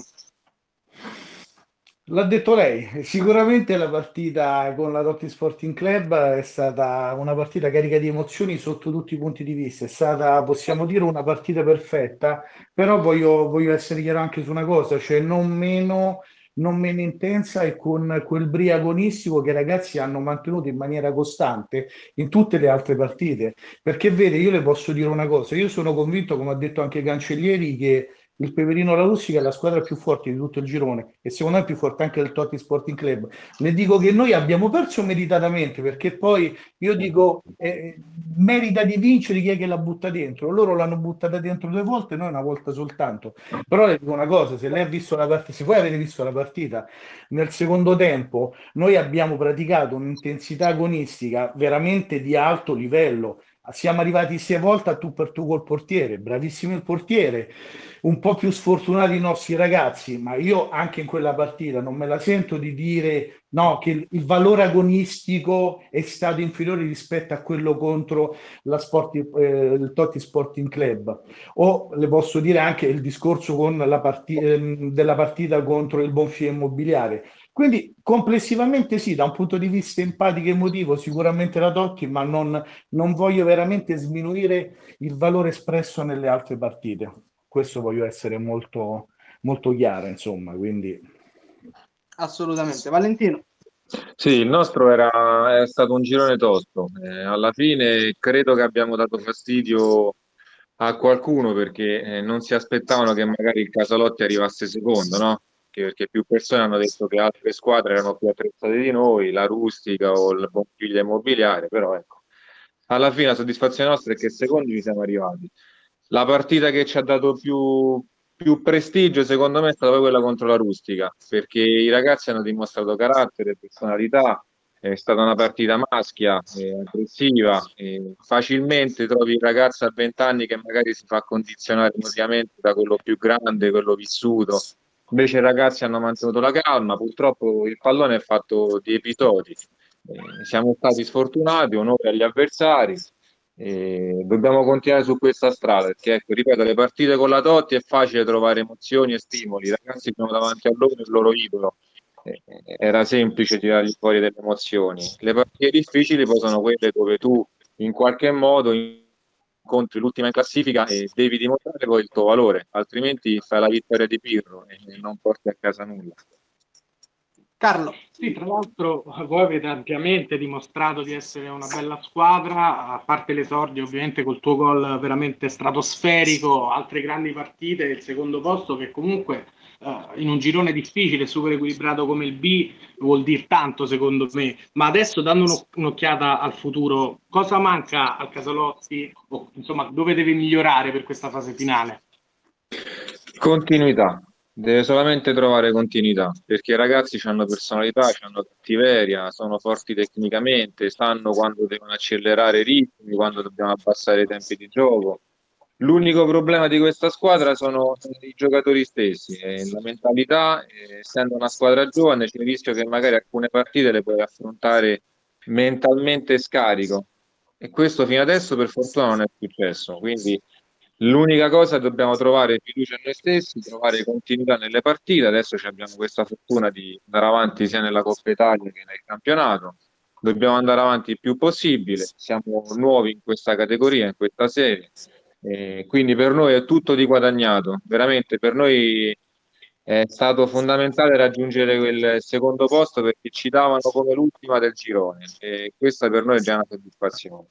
L'ha detto lei, sicuramente la partita con la Totti Sporting Club è stata una partita carica di emozioni sotto tutti i punti di vista, è stata, possiamo dire, una partita perfetta, però voglio essere chiaro anche su una cosa, cioè non meno intensa e con quel brio agonistico che i ragazzi hanno mantenuto in maniera costante in tutte le altre partite, perché vede, io le posso dire una cosa, io sono convinto, come ha detto anche Cancellieri, che il Peperino La Rustica è la squadra più forte di tutto il girone e secondo me è più forte anche del Totti Sporting Club. Le dico che noi abbiamo perso meritatamente, perché poi io dico merita di vincere chi è che la butta dentro. Loro l'hanno buttata dentro 2 volte, noi una volta soltanto. Però le dico una cosa, se lei ha visto la partita, se voi avete visto la partita, nel secondo tempo noi abbiamo praticato un'intensità agonistica veramente di alto livello. Siamo arrivati 6 volte a tu per tu col portiere, bravissimo il portiere, un po' più sfortunati i nostri ragazzi, ma io anche in quella partita non me la sento di dire no, che il valore agonistico è stato inferiore rispetto a quello contro il Totti Sporting Club. O le posso dire anche il discorso con della partita contro il Bonfie Immobiliare. Quindi complessivamente sì, da un punto di vista empatico e emotivo sicuramente la Totti, ma non voglio veramente sminuire il valore espresso nelle altre partite. Questo voglio essere molto, molto chiaro, insomma, quindi... Assolutamente. Valentino. Sì, il nostro è stato un girone tosto. Alla fine credo che abbiamo dato fastidio a qualcuno perché non si aspettavano che magari il Casalotti arrivasse secondo, no? Perché più persone hanno detto che altre squadre erano più attrezzate di noi, la Rustica o il Bonfiglia Immobiliare, però ecco, alla fine la soddisfazione nostra è che secondi ci siamo arrivati. La partita che ci ha dato più prestigio, secondo me, è stata quella contro la Rustica, perché i ragazzi hanno dimostrato carattere, personalità, è stata una partita maschia, aggressiva, facilmente trovi il ragazzo a 20 anni che magari si fa condizionare emotivamente da quello più grande, quello vissuto. Invece i ragazzi hanno mantenuto la calma, purtroppo il pallone è fatto di episodi. Siamo stati sfortunati, onore agli avversari. Dobbiamo continuare su questa strada perché, ecco, ripeto, le partite con la Totti è facile trovare emozioni e stimoli. I ragazzi sono davanti a loro il loro idolo. Era semplice tirargli fuori delle emozioni. Le partite difficili poi sono quelle dove tu in qualche modo incontri l'ultima in classifica e devi dimostrare poi il tuo valore, altrimenti fai la vittoria di Pirro e non porti a casa nulla. Carlo. Sì, tra l'altro voi avete ampiamente dimostrato di essere una bella squadra, a parte l'esordio ovviamente col tuo gol veramente stratosferico, altre grandi partite, il secondo posto che comunque in un girone difficile, super equilibrato come il B, vuol dire tanto secondo me. Ma adesso dando un'occhiata al futuro, cosa manca al Casalotti? O, insomma, dove deve migliorare per questa fase finale? Continuità. Deve solamente trovare continuità, perché i ragazzi hanno personalità, hanno cattiveria, sono forti tecnicamente, sanno quando devono accelerare i ritmi, quando dobbiamo abbassare i tempi di gioco. L'unico problema di questa squadra sono i giocatori stessi, la mentalità, essendo una squadra giovane c'è il rischio che magari alcune partite le puoi affrontare mentalmente scarico e questo fino adesso per fortuna non è successo, quindi l'unica cosa è che dobbiamo trovare fiducia in noi stessi, trovare continuità nelle partite. Adesso abbiamo questa fortuna di andare avanti sia nella Coppa Italia che nel campionato. Dobbiamo andare avanti il più possibile. Siamo nuovi in questa categoria, in questa serie. Quindi per noi è tutto di guadagnato. Veramente per noi è stato fondamentale raggiungere quel secondo posto perché ci davano come l'ultima del girone. E questa per noi è già una soddisfazione.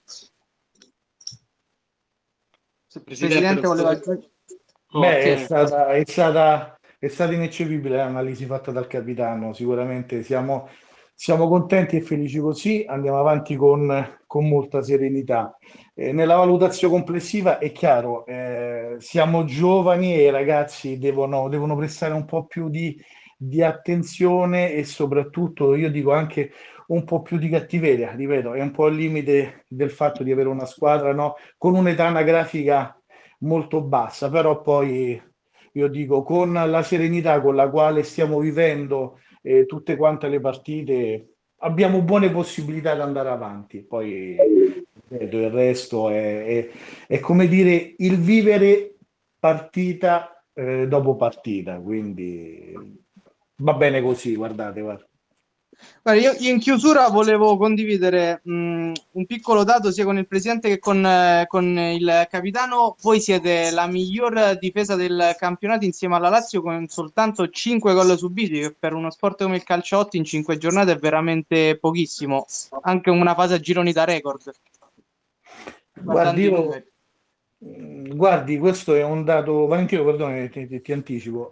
Presidente voleva aggiungere. È stata ineccepibile l'analisi fatta dal capitano. Sicuramente siamo contenti e felici così, andiamo avanti con molta serenità. Nella valutazione complessiva è chiaro, siamo giovani e i ragazzi devono prestare un po' più di attenzione e soprattutto, io dico anche un po' più di cattiveria, ripeto, è un po' al limite del fatto di avere una squadra, no, con un'età anagrafica molto bassa, però poi io dico con la serenità con la quale stiamo vivendo tutte quante le partite abbiamo buone possibilità di andare avanti, poi il resto è come dire il vivere partita dopo partita, quindi va bene così, guardate. Guarda, io in chiusura volevo condividere un piccolo dato sia con il presidente che con il capitano. Voi siete la miglior difesa del campionato insieme alla Lazio con soltanto 5 gol subiti, che per uno sport come il calciotto in 5 giornate è veramente pochissimo, anche una fase a gironi da record. Guardi, Guardi, questo è un dato, Valentino, perdone, ti anticipo,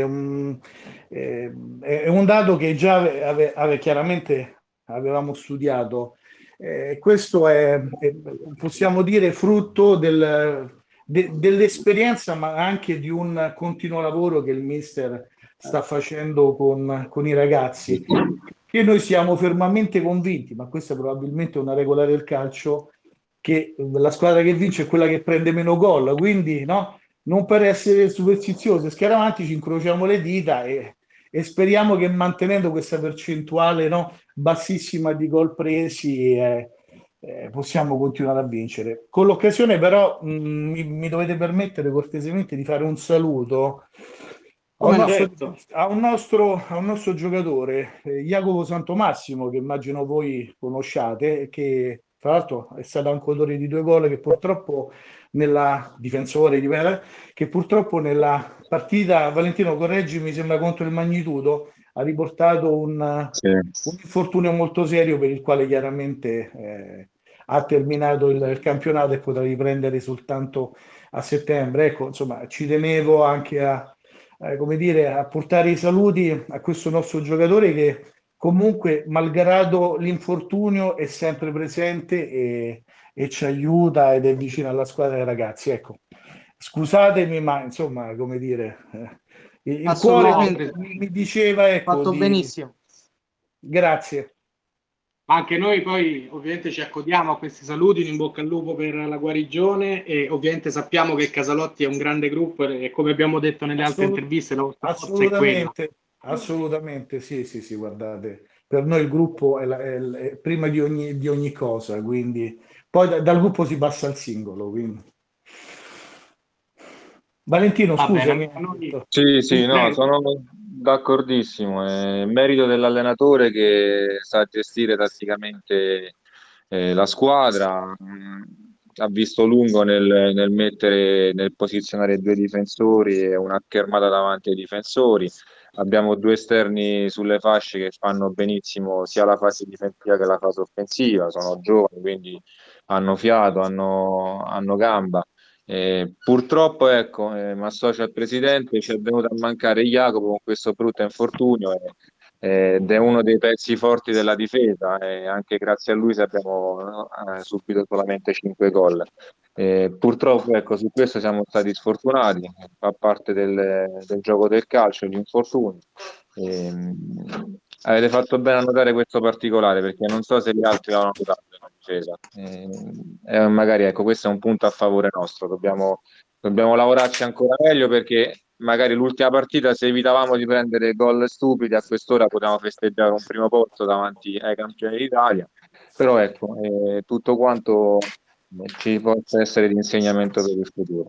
è un dato che già chiaramente avevamo studiato. Questo possiamo dire, frutto dell'esperienza, ma anche di un continuo lavoro che il mister sta facendo con i ragazzi, che noi siamo fermamente convinti, ma questa è probabilmente una regola del calcio, che la squadra che vince è quella che prende meno gol, quindi no, non per essere superstiziosi e scaramantici incrociamo le dita e speriamo che mantenendo questa percentuale, no, bassissima di gol presi possiamo continuare a vincere. Con l'occasione però mi dovete permettere cortesemente di fare un saluto a un nostro giocatore, Jacopo Santomassimo, che immagino voi conosciate, che tra l'altro è stato anche autore di 2 gol, che purtroppo che purtroppo nella partita, Valentino correggi, mi sembra contro il Magnitudo, ha riportato un infortunio molto serio, per il quale chiaramente ha terminato il campionato e potrà riprendere soltanto a settembre. Ecco, insomma, ci tenevo anche come dire, a portare i saluti a questo nostro giocatore che comunque, malgrado l'infortunio, è sempre presente e ci aiuta ed è vicino alla squadra dei ragazzi. Ecco, scusatemi, ma insomma, come dire, il cuore mi diceva, ecco, fatto benissimo. Grazie. Ma anche noi poi ovviamente ci accodiamo a questi saluti, in bocca al lupo per la guarigione, e ovviamente sappiamo che Casalotti è un grande gruppo e, come abbiamo detto nelle altre interviste, la vostra forza è quella. Assolutamente, sì, guardate, per noi il gruppo è prima di ogni cosa, quindi poi dal gruppo si passa al singolo, quindi. Valentino, scusami. Sì, no, sono d'accordissimo, è merito dell'allenatore che sa gestire tatticamente la squadra, ha visto lungo nel posizionare 2 difensori e una schermata davanti ai difensori. Abbiamo 2 esterni sulle fasce che fanno benissimo sia la fase difensiva che la fase offensiva, sono giovani, quindi hanno fiato, hanno gamba. Purtroppo, ecco, mi associo al presidente, ci è venuto a mancare Jacopo con questo brutto infortunio ed è uno dei pezzi forti della difesa, e anche grazie a lui abbiamo subito solamente 5 gol. Purtroppo, ecco, su questo siamo stati sfortunati, fa parte del gioco del calcio, gli infortuni. Avete fatto bene a notare questo particolare, perché non so se gli altri l'hanno notato nella difesa. Magari, ecco, questo è un punto a favore nostro, dobbiamo lavorarci ancora meglio, perché magari l'ultima partita, se evitavamo di prendere gol stupidi, a quest'ora potevamo festeggiare un primo posto davanti ai campioni d'Italia. Però ecco, tutto quanto ci possa essere di insegnamento per il futuro.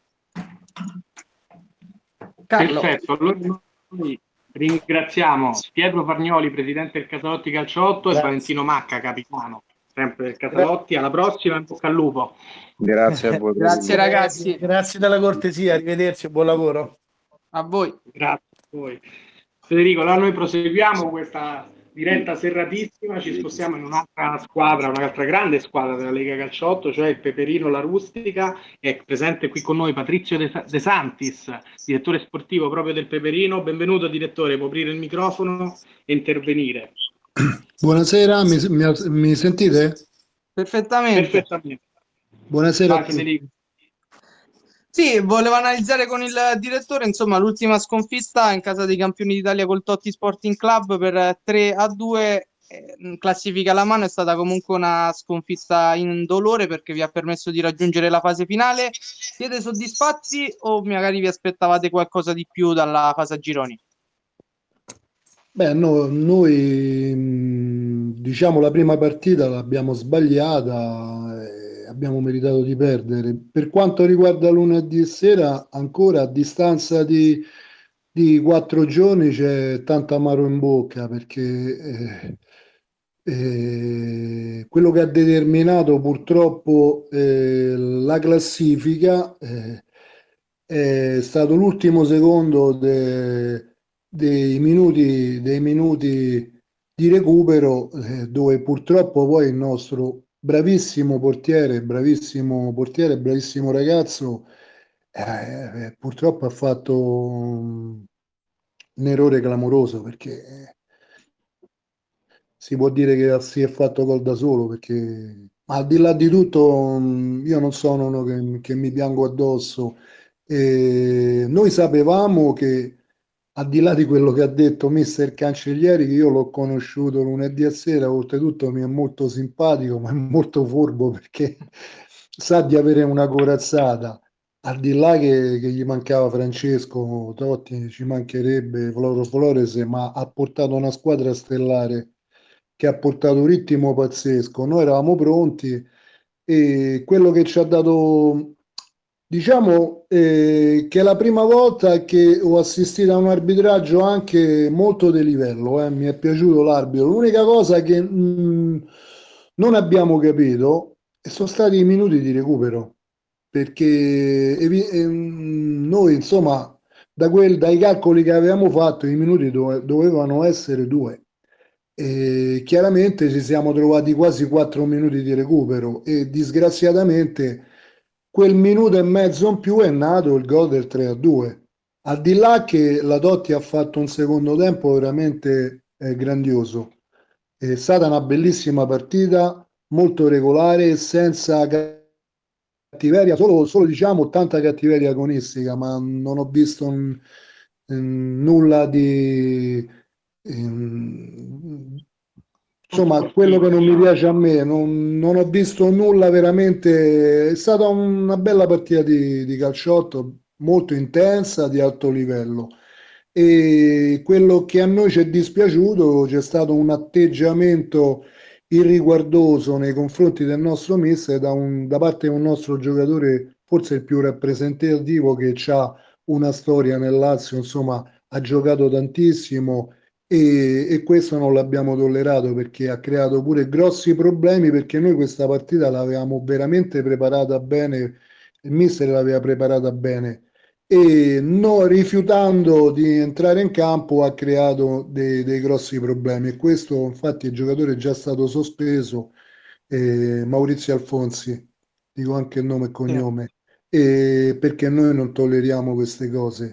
Carlo. Perfetto, allora noi ringraziamo Pietro Fargnoli, presidente del Casalotti Calciotto, e Valentino Macca, capitano sempre del Casalotti. Alla prossima, in bocca al lupo. Grazie a voi. Grazie ragazzi. Grazie della cortesia, arrivederci e buon lavoro. A voi. Grazie a voi. Federico, allora noi proseguiamo questa diretta serratissima, ci spostiamo in un'altra squadra, un'altra grande squadra della Lega Calciotto, cioè il Peperino La Rustica. È presente qui con noi Patrizio De Santis, direttore sportivo proprio del Peperino. Benvenuto direttore, può aprire il microfono e intervenire. Buonasera, mi sentite? Perfettamente. Buonasera a tutti. Federico. Sì, volevo analizzare con il direttore, insomma, l'ultima sconfitta in casa dei campioni d'Italia col Totti Sporting Club per 3-2, classifica alla mano, è stata comunque una sconfitta indolore perché vi ha permesso di raggiungere la fase finale. Siete soddisfatti o magari vi aspettavate qualcosa di più dalla fase a gironi? Beh, no, noi diciamo la prima partita l'abbiamo sbagliata, abbiamo meritato di perdere. Per quanto riguarda lunedì sera, ancora a distanza di 4 giorni c'è tanto amaro in bocca, perché quello che ha determinato purtroppo la classifica è stato l'ultimo secondo dei minuti di recupero, dove purtroppo poi il nostro bravissimo portiere, bravissimo ragazzo, purtroppo ha fatto un errore clamoroso perché si può dire che si è fatto gol da solo perché ma al di là di tutto io non sono uno che mi piango addosso. Noi sapevamo che al di là di quello che ha detto mister Cancellieri, che io l'ho conosciuto lunedì a sera, oltretutto mi è molto simpatico, ma è molto furbo perché sa di avere una corazzata. Al di là che gli mancava Francesco Totti, ci mancherebbe Flores, ma ha portato una squadra stellare che ha portato un ritmo pazzesco. Noi eravamo pronti e quello che ci ha dato, diciamo, che è la prima volta che ho assistito a un arbitraggio anche molto di livello, mi è piaciuto l'arbitro. L'unica cosa che non abbiamo capito sono stati i minuti di recupero, perché noi, insomma, dai calcoli che avevamo fatto, i minuti dovevano essere due. E chiaramente ci siamo trovati quasi 4 minuti di recupero e disgraziatamente quel minuto e mezzo in più è nato il gol del 3-2. Al di là che la Totti ha fatto un secondo tempo veramente grandioso. È stata una bellissima partita, molto regolare, senza cattiveria, solo diciamo tanta cattiveria agonistica, ma non ho visto nulla di insomma quello che non mi piace a me, non ho visto nulla veramente. È stata una bella partita di calciotto, molto intensa, di alto livello. E quello che a noi ci è dispiaciuto, c'è stato un atteggiamento irriguardoso nei confronti del nostro mister da parte di un nostro giocatore, forse il più rappresentativo, che ha una storia nel Lazio, insomma, ha giocato tantissimo e questo non l'abbiamo tollerato perché ha creato pure grossi problemi perché noi questa partita l'avevamo veramente preparata bene, il mister l'aveva preparata bene e rifiutando di entrare in campo ha creato dei grossi problemi e questo infatti il giocatore è già stato sospeso, Maurizio Alfonsi, dico anche il nome e cognome, perché noi non tolleriamo queste cose.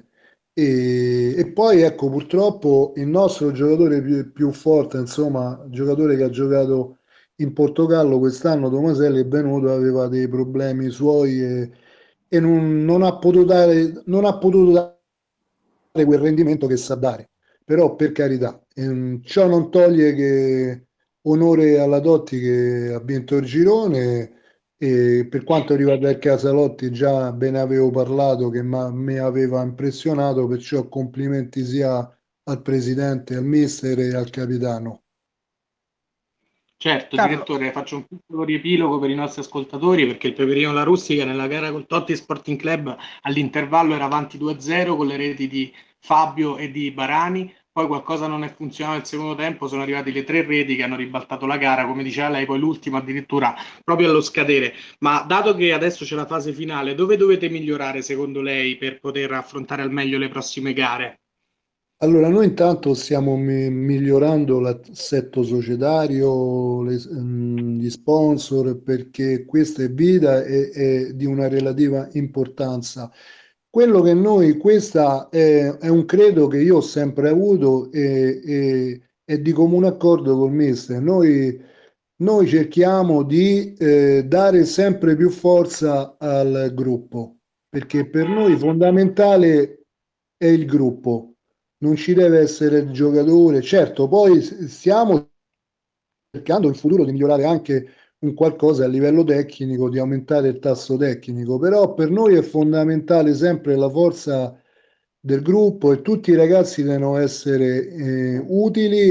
E poi ecco, purtroppo il nostro giocatore più forte, insomma, giocatore che ha giocato in Portogallo quest'anno, Tomaselli, è venuto, aveva dei problemi suoi e non ha potuto dare quel rendimento che sa dare. Però per carità, ciò non toglie che onore alla Totti che ha vinto il girone e per quanto riguarda il Casalotti già ve ne avevo parlato che mi aveva impressionato, perciò complimenti sia al presidente, al mister e al capitano. Certo, Carlo. direttore, faccio un piccolo riepilogo per i nostri ascoltatori perché il Peperino La Rustica nella gara col Totti Sporting Club all'intervallo era avanti 2-0 con le reti di Fabio e di Barani, poi qualcosa non è funzionato nel secondo tempo, sono arrivate le 3 reti che hanno ribaltato la gara, come diceva lei, poi l'ultimo addirittura proprio allo scadere. Ma dato che adesso c'è la fase finale, dove dovete migliorare secondo lei per poter affrontare al meglio le prossime gare? Allora, noi intanto stiamo migliorando l'assetto societario, gli sponsor, perché questa è vita e è di una relativa importanza. Quello che noi, questa è un credo che io ho sempre avuto e è di comune accordo col mister. Noi cerchiamo di dare sempre più forza al gruppo, perché per noi fondamentale è il gruppo, non ci deve essere il giocatore. Certo, poi stiamo cercando in futuro di migliorare anche un qualcosa a livello tecnico, di aumentare il tasso tecnico, però per noi è fondamentale sempre la forza del gruppo e tutti i ragazzi devono essere utili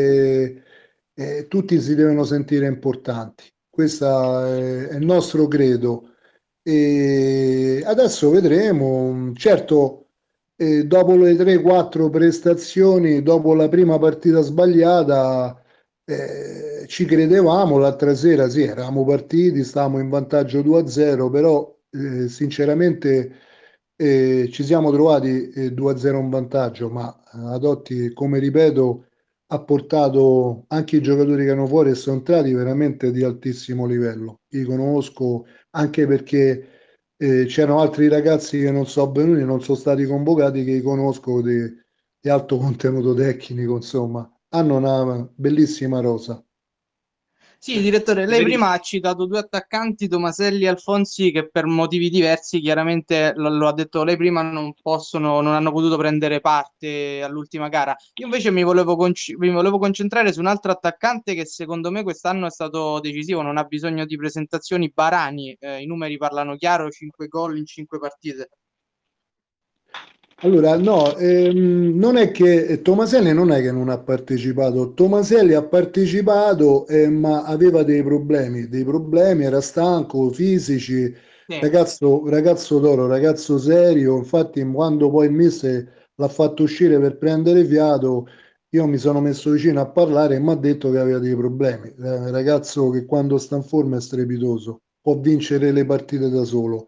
e tutti si devono sentire importanti. Questo è il nostro credo. E adesso vedremo, certo, dopo le 3-4 prestazioni, dopo la prima partita sbagliata, ci credevamo l'altra sera, sì, eravamo partiti, stavamo in vantaggio 2-0, però sinceramente ci siamo trovati 2-0 in vantaggio, ma Adotti, come ripeto, ha portato anche i giocatori che erano fuori e sono entrati veramente di altissimo livello. Li conosco anche perché c'erano altri ragazzi che non sono venuti, non sono stati convocati, che conosco di alto contenuto tecnico, insomma, hanno una bellissima rosa. Sì, direttore, lei prima ha citato due attaccanti, Tomaselli e Alfonsi, che per motivi diversi, chiaramente lo ha detto lei prima, non hanno potuto prendere parte all'ultima gara. Io invece mi volevo concentrare su un altro attaccante che secondo me quest'anno è stato decisivo, non ha bisogno di presentazioni, Barani. I numeri parlano chiaro, 5 gol in 5 partite. Allora, no, non è che Tomaselli non è che non ha partecipato, Tomaselli ha partecipato, ma aveva dei problemi, era stanco, fisici, Sì. ragazzo d'oro, ragazzo serio, infatti quando poi il mister l'ha fatto uscire per prendere fiato, io mi sono messo vicino a parlare e mi ha detto che aveva dei problemi, ragazzo che quando sta in forma è strepitoso, può vincere le partite da solo.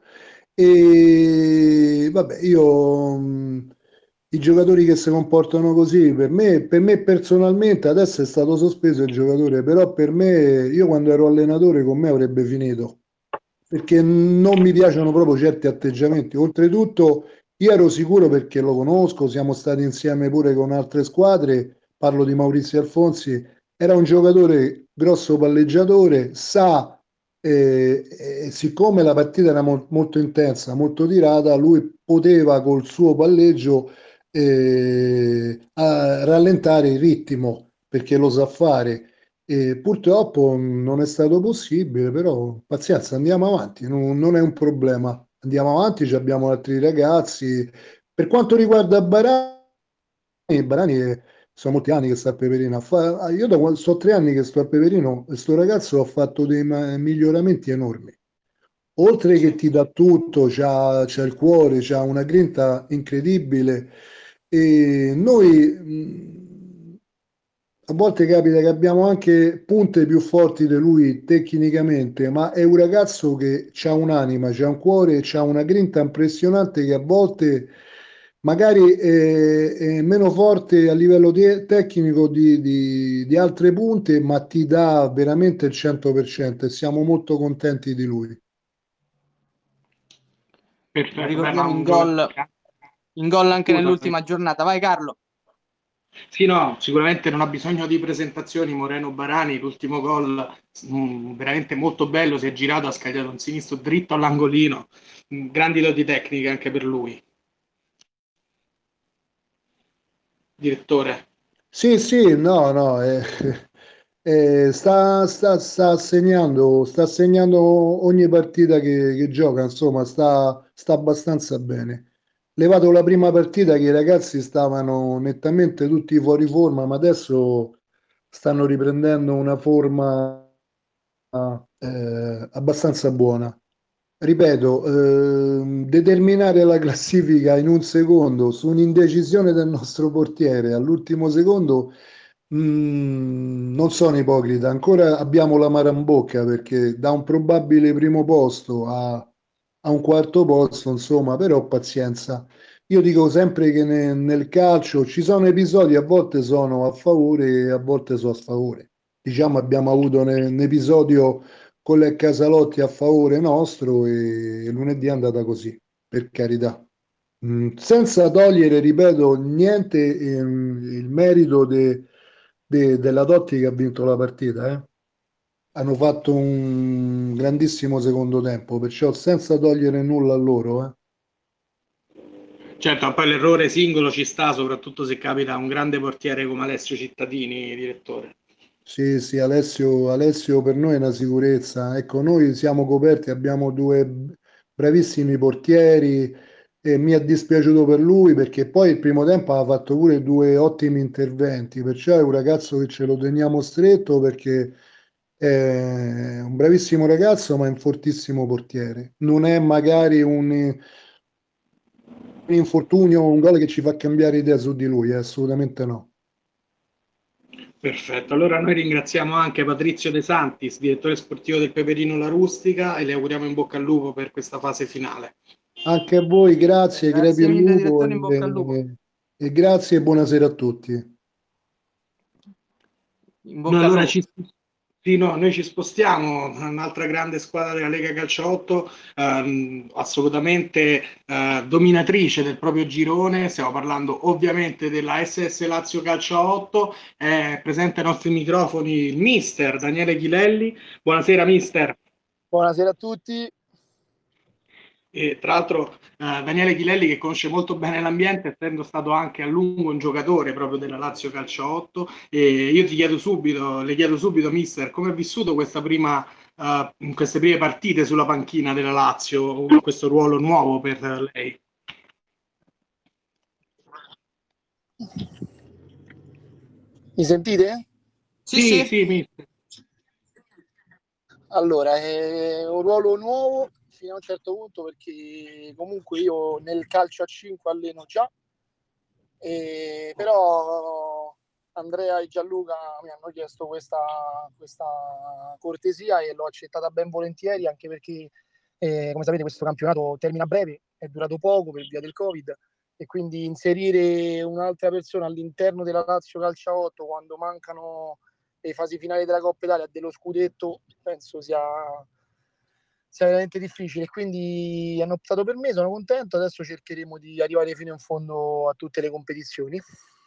E vabbè, i giocatori che si comportano così, per me personalmente, adesso è stato sospeso il giocatore, però per me, io quando ero allenatore con me avrebbe finito, perché non mi piacciono proprio certi atteggiamenti. Oltretutto, io ero sicuro perché lo conosco, siamo stati insieme pure con altre squadre, parlo di Maurizio Alfonsi, era un giocatore grosso palleggiatore, siccome la partita era molto intensa, molto tirata, lui poteva col suo palleggio rallentare il ritmo perché lo sa fare. E purtroppo non è stato possibile, però pazienza, andiamo avanti, non è un problema. Andiamo avanti, ci abbiamo altri ragazzi. Per quanto riguarda Barani sono molti anni che sta a Peperino. Io so 3 anni che sto a Peperino e sto ragazzo ha fatto dei miglioramenti enormi. Oltre che ti dà tutto, c'ha il cuore, c'ha una grinta incredibile. E noi a volte capita che abbiamo anche punte più forti di lui tecnicamente, ma è un ragazzo che ha un'anima, c'ha un cuore, c'ha una grinta impressionante che a volte magari è meno forte a livello tecnico di altre punte, ma ti dà veramente il 100% e siamo molto contenti di lui. Perfetto, Ricordiamo in gol anche nell'ultima giornata. Vai Carlo. Sì, no, sicuramente non ha bisogno di presentazioni. Moreno Barani, l'ultimo gol veramente molto bello, si è girato, ha scagliato un sinistro dritto all'angolino, grandi doti tecniche anche per lui. Direttore. Sì, no, sta segnando ogni partita che gioca, insomma, sta abbastanza bene. Levato la prima partita che i ragazzi stavano nettamente tutti fuori forma, ma adesso stanno riprendendo una forma abbastanza buona. Ripeto, determinare la classifica in un secondo su un'indecisione del nostro portiere all'ultimo secondo, non sono ipocrita, ancora abbiamo l'amaro in bocca perché da un probabile primo posto a un quarto posto, insomma, però pazienza. Io dico sempre che nel calcio ci sono episodi, a volte sono a favore e a volte sono a sfavore. Diciamo, abbiamo avuto un episodio con le Casalotti a favore nostro e lunedì è andata così, per carità. Senza togliere, ripeto, niente il merito della Dotti che ha vinto la partita, eh. Hanno fatto un grandissimo secondo tempo, perciò senza togliere nulla a loro, eh. Certo, poi l'errore singolo ci sta, soprattutto se capita a un grande portiere come Alessio Cittadini, direttore. Sì, Alessio per noi è una sicurezza. Ecco, noi siamo coperti, abbiamo due bravissimi portieri e mi è dispiaciuto per lui perché poi il primo tempo ha fatto pure 2 ottimi interventi, perciò è un ragazzo che ce lo teniamo stretto perché è un bravissimo ragazzo, ma è un fortissimo portiere. Non è magari un infortunio o un gol che ci fa cambiare idea su di lui, assolutamente no. Perfetto, allora noi ringraziamo anche Patrizio De Santis, direttore sportivo del Peperino La Rustica, e le auguriamo in bocca al lupo per questa fase finale. Anche a voi, grazie, Grazie mille, lupo direttore, in bocca al lupo. e grazie e buonasera a tutti. In bocca al allora lupo. noi ci spostiamo, un'altra grande squadra della Lega Calcio 8, assolutamente dominatrice del proprio girone. Stiamo parlando ovviamente della SS Lazio Calcio 8. È presente ai nostri microfoni il mister Daniele Chilelli. Buonasera mister. Buonasera a tutti. E tra l'altro Daniele Chilelli, che conosce molto bene l'ambiente, essendo stato anche a lungo un giocatore proprio della Lazio Calcio 8, e io le chiedo subito mister, come ha vissuto queste prime partite sulla panchina della Lazio, questo ruolo nuovo per lei? Mi sentite? Sì, mister. Allora, è un ruolo nuovo fino a un certo punto, perché comunque io nel calcio a 5 alleno già, però Andrea e Gianluca mi hanno chiesto questa cortesia e l'ho accettata ben volentieri, anche perché come sapete questo campionato termina a breve, è durato poco per via del Covid, e quindi inserire un'altra persona all'interno della Lazio Calcio 8 quando mancano le fasi finali della Coppa Italia, dello scudetto, penso sia veramente difficile. Quindi hanno optato per me, sono contento. Adesso cercheremo di arrivare fino in fondo a tutte le competizioni.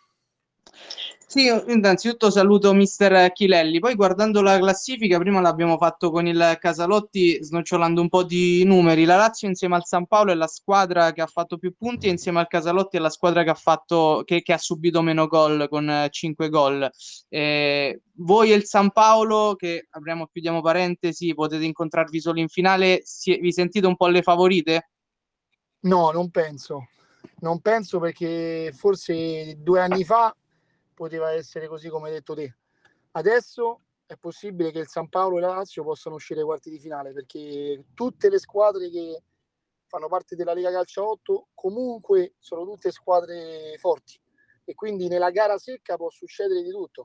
Sì, innanzitutto saluto mister Chilelli, poi guardando la classifica, prima l'abbiamo fatto con il Casalotti snocciolando un po' di numeri, la Lazio insieme al San Paolo è la squadra che ha fatto più punti e insieme al Casalotti è la squadra che ha subito meno gol con 5 gol. Voi e il San Paolo, che chiudiamo parentesi, potete incontrarvi solo in finale, vi sentite un po' le favorite? No, non penso, perché forse 2 anni fa poteva essere così come hai detto te. Adesso è possibile che il San Paolo e la Lazio possano uscire ai quarti di finale, perché tutte le squadre che fanno parte della Lega Calcio 8 comunque sono tutte squadre forti, e quindi nella gara secca può succedere di tutto.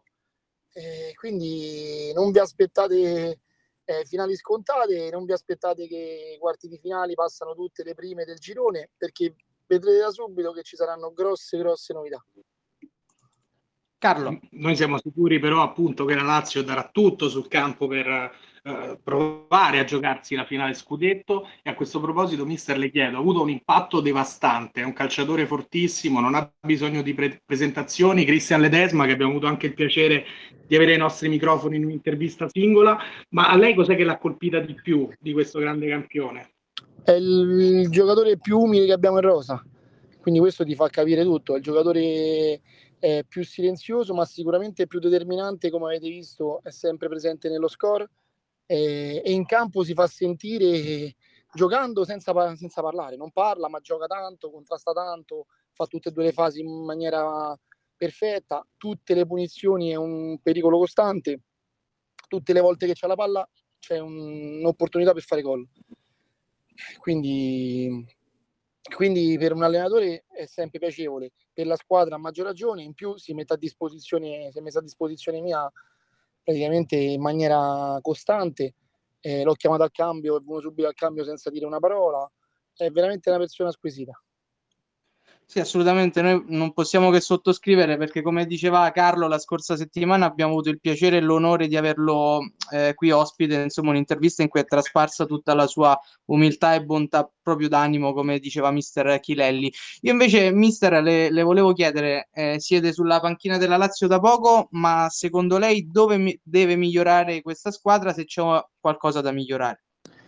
Quindi non vi aspettate finali scontate, non vi aspettate che i quarti di finali passano tutte le prime del girone, perché vedrete da subito che ci saranno grosse novità. Carlo. Noi siamo sicuri però appunto che la Lazio darà tutto sul campo per provare a giocarsi la finale scudetto, e a questo proposito mister le chiedo, ha avuto un impatto devastante, è un calciatore fortissimo, non ha bisogno di presentazioni, Christian Ledesma, che abbiamo avuto anche il piacere di avere ai nostri microfoni in un'intervista singola, ma a lei cos'è che l'ha colpita di più di questo grande campione? È il giocatore più umile che abbiamo in rosa, quindi questo ti fa capire tutto. È il giocatore più silenzioso, ma sicuramente più determinante, come avete visto, è sempre presente nello score, e in campo si fa sentire giocando senza parlare. Non parla, ma gioca tanto, contrasta tanto, fa tutte e due le fasi in maniera perfetta. Tutte le punizioni è un pericolo costante, tutte le volte che c'è la palla c'è un'opportunità per fare gol. Quindi per un allenatore è sempre piacevole, per la squadra a maggior ragione. In più si è messa a disposizione mia praticamente in maniera costante, l'ho chiamato al cambio, è venuto subito al cambio senza dire una parola, è veramente una persona squisita. Sì, assolutamente, noi non possiamo che sottoscrivere, perché come diceva Carlo la scorsa settimana abbiamo avuto il piacere e l'onore di averlo qui ospite, insomma un'intervista in cui è trasparsa tutta la sua umiltà e bontà proprio d'animo, come diceva mister Chilelli. Io invece, mister, le volevo chiedere, siete sulla panchina della Lazio da poco, ma secondo lei dove deve migliorare questa squadra, se c'è qualcosa da migliorare?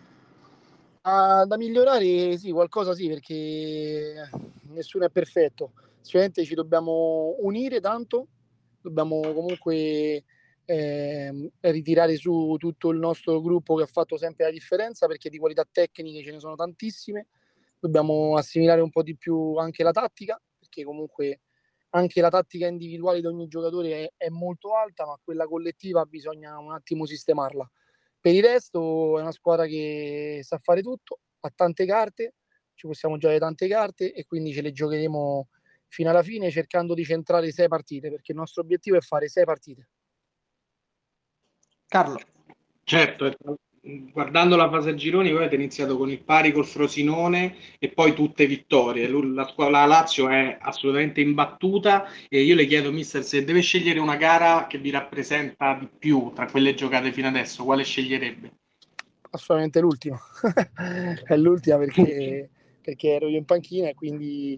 Da migliorare sì, qualcosa sì, perché nessuno è perfetto. Sicuramente ci dobbiamo unire tanto, dobbiamo comunque ritirare su tutto il nostro gruppo che ha fatto sempre la differenza, perché di qualità tecniche ce ne sono tantissime. Dobbiamo assimilare un po' di più anche la tattica, perché comunque anche la tattica individuale di ogni giocatore è molto alta, ma quella collettiva bisogna un attimo sistemarla. Per il resto è una squadra che sa fare tutto, ha tante carte, ci possiamo giocare tante carte, e quindi ce le giocheremo fino alla fine, cercando di centrare 6 partite, perché il nostro obiettivo è fare 6 partite. Carlo. Certo, guardando la fase a gironi, voi avete iniziato con il pari col Frosinone e poi tutte vittorie. La Lazio è assolutamente imbattuta e io le chiedo, mister, se deve scegliere una gara che vi rappresenta di più tra quelle giocate fino adesso, quale sceglierebbe? Assolutamente l'ultima. È l'ultima perché ero io in panchina e quindi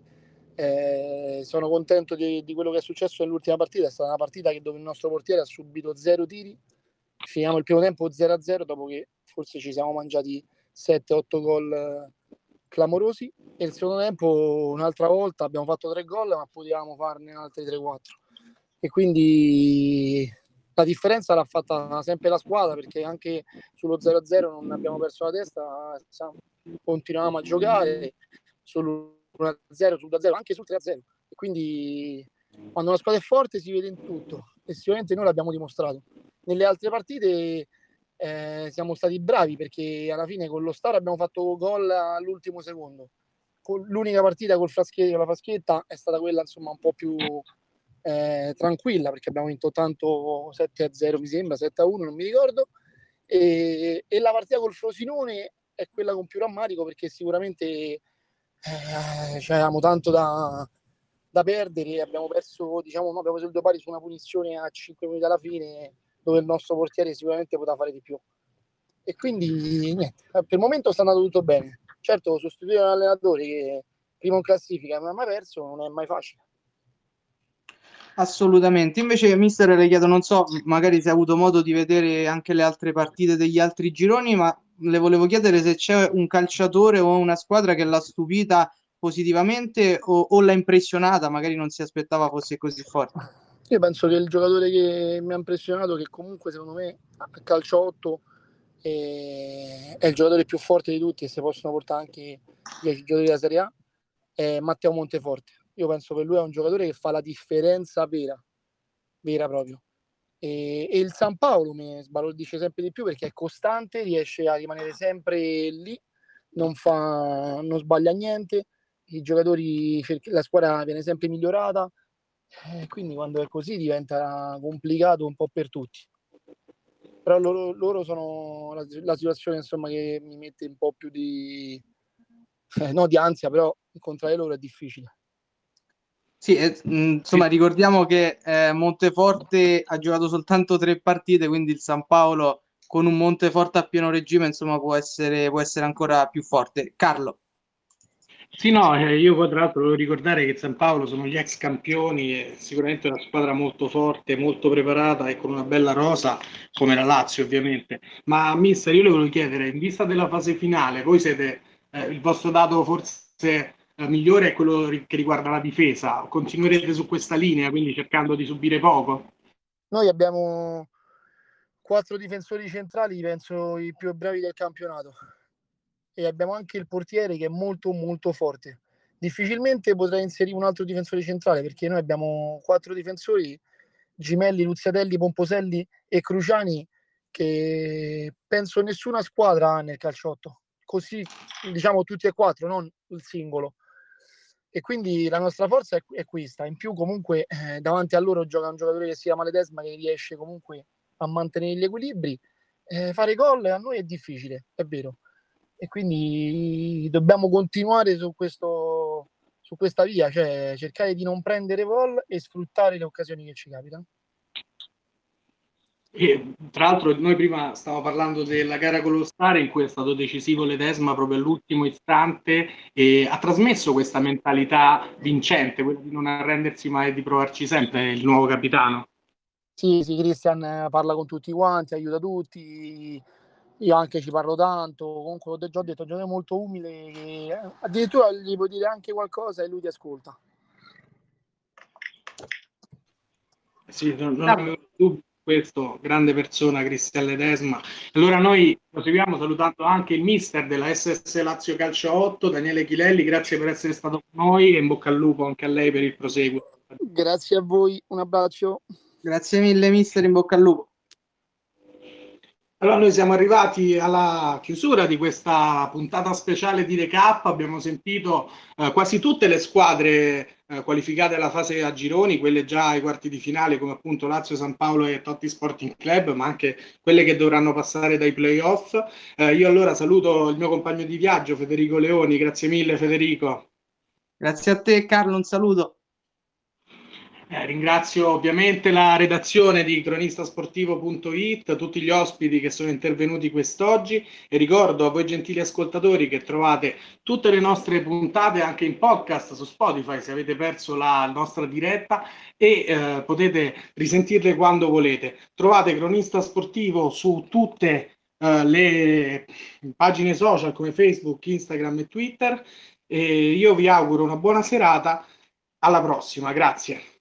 sono contento di quello che è successo nell'ultima partita. È stata una partita dove il nostro portiere ha subito 0 tiri. Finiamo il primo tempo 0-0 dopo che forse ci siamo mangiati 7-8 gol clamorosi, e il secondo tempo un'altra volta abbiamo fatto 3 gol ma potevamo farne altri 3-4, e quindi la differenza l'ha fatta sempre la squadra, perché anche sullo 0-0 non abbiamo perso la testa, continuavamo a giocare sul 1-0, sul 2-0, anche sul 3-0, e quindi quando una squadra è forte si vede in tutto, e sicuramente noi l'abbiamo dimostrato. Nelle altre partite siamo stati bravi, perché alla fine con lo Star abbiamo fatto gol all'ultimo secondo. L'unica partita con la Fraschetta è stata quella, insomma, un po' più tranquilla, perché abbiamo vinto tanto 7-0, mi sembra, 7-1, non mi ricordo, e la partita col Frosinone è quella con più rammarico, perché sicuramente avevamo tanto da perdere, e abbiamo perso, diciamo, abbiamo preso il due pari su una punizione a 5 minuti alla fine, dove il nostro portiere sicuramente poteva fare di più, e quindi niente, per il momento sta andando tutto bene. Certo, sostituire un allenatore che prima in classifica non ha mai perso non è mai facile. Assolutamente. Invece, mister, le chiedo, non so, magari se ha avuto modo di vedere anche le altre partite degli altri gironi, ma le volevo chiedere se c'è un calciatore o una squadra che l'ha stupita positivamente o l'ha impressionata, magari non si aspettava fosse così forte. Io penso che il giocatore che mi ha impressionato, che comunque secondo me a calcio 8 è il giocatore più forte di tutti, e se possono portare anche 10 giocatori della Serie A, è Matteo Monteforte. Io penso che lui è un giocatore che fa la differenza vera proprio. E il San Paolo mi sbalordisce sempre di più, perché è costante, riesce a rimanere sempre lì, non sbaglia niente, i giocatori, la squadra viene sempre migliorata, quindi quando è così diventa complicato un po' per tutti. Però loro sono la situazione, insomma, che mi mette un po' più di ansia, però incontrare loro è difficile. Sì, insomma, ricordiamo che Monteforte ha giocato soltanto 3 partite, quindi il San Paolo con un Monteforte a pieno regime, insomma, può essere ancora più forte. Carlo. Sì, no, io poi tra l'altro volevo ricordare che San Paolo sono gli ex campioni, è sicuramente una squadra molto forte, molto preparata e con una bella rosa, come la Lazio ovviamente. Ma mister, io le volevo chiedere, in vista della fase finale, voi siete, il vostro dato forse migliore è quello che riguarda la difesa, continuerete su questa linea, quindi cercando di subire poco? Noi abbiamo 4 difensori centrali, penso i più bravi del campionato, e abbiamo anche il portiere che è molto molto forte. Difficilmente potrei inserire un altro difensore centrale, perché noi abbiamo 4 difensori, Gimelli, Luziatelli, Pomposelli e Cruciani, che penso nessuna squadra ha nel calciotto, così, diciamo, tutti e 4, non il singolo, e quindi la nostra forza è questa. In più comunque davanti a loro gioca un giocatore che si chiama Ledesma, che riesce comunque a mantenere gli equilibri. Fare gol a noi è difficile, è vero, e quindi dobbiamo continuare su questa via, cioè cercare di non prendere gol e sfruttare le occasioni che ci capitano. E, tra l'altro, noi prima stavamo parlando della gara con lo Star, in cui è stato decisivo Ledesma proprio all'ultimo istante, e ha trasmesso questa mentalità vincente, quella di non arrendersi mai e di provarci sempre, il nuovo capitano. Sì, Christian parla con tutti quanti, aiuta tutti, io anche ci parlo tanto, comunque ho già detto, è un giocatore molto umile, addirittura gli puoi dire anche qualcosa e lui ti ascolta. Sì, non avevo dubbi. Questo, grande persona, Cristian Ledesma. Allora noi proseguiamo salutando anche il mister della SS Lazio Calcio 8, Daniele Chilelli, grazie per essere stato con noi e in bocca al lupo anche a lei per il proseguo. Grazie a voi, un abbraccio. Grazie mille mister, in bocca al lupo. Allora, noi siamo arrivati alla chiusura di questa puntata speciale di recap. Abbiamo sentito quasi tutte le squadre qualificate alla fase a gironi, quelle già ai quarti di finale, come appunto Lazio, San Paolo e Totti Sporting Club, ma anche quelle che dovranno passare dai playoff. Io allora saluto il mio compagno di viaggio, Federico Leoni. Grazie mille, Federico. Grazie a te, Carlo, un saluto. Ringrazio ovviamente la redazione di cronistasportivo.it, tutti gli ospiti che sono intervenuti quest'oggi, e ricordo a voi gentili ascoltatori che trovate tutte le nostre puntate anche in podcast su Spotify se avete perso la nostra diretta, e potete risentirle quando volete. Trovate Cronista Sportivo su tutte le pagine social come Facebook, Instagram e Twitter, e io vi auguro una buona serata. Alla prossima, grazie.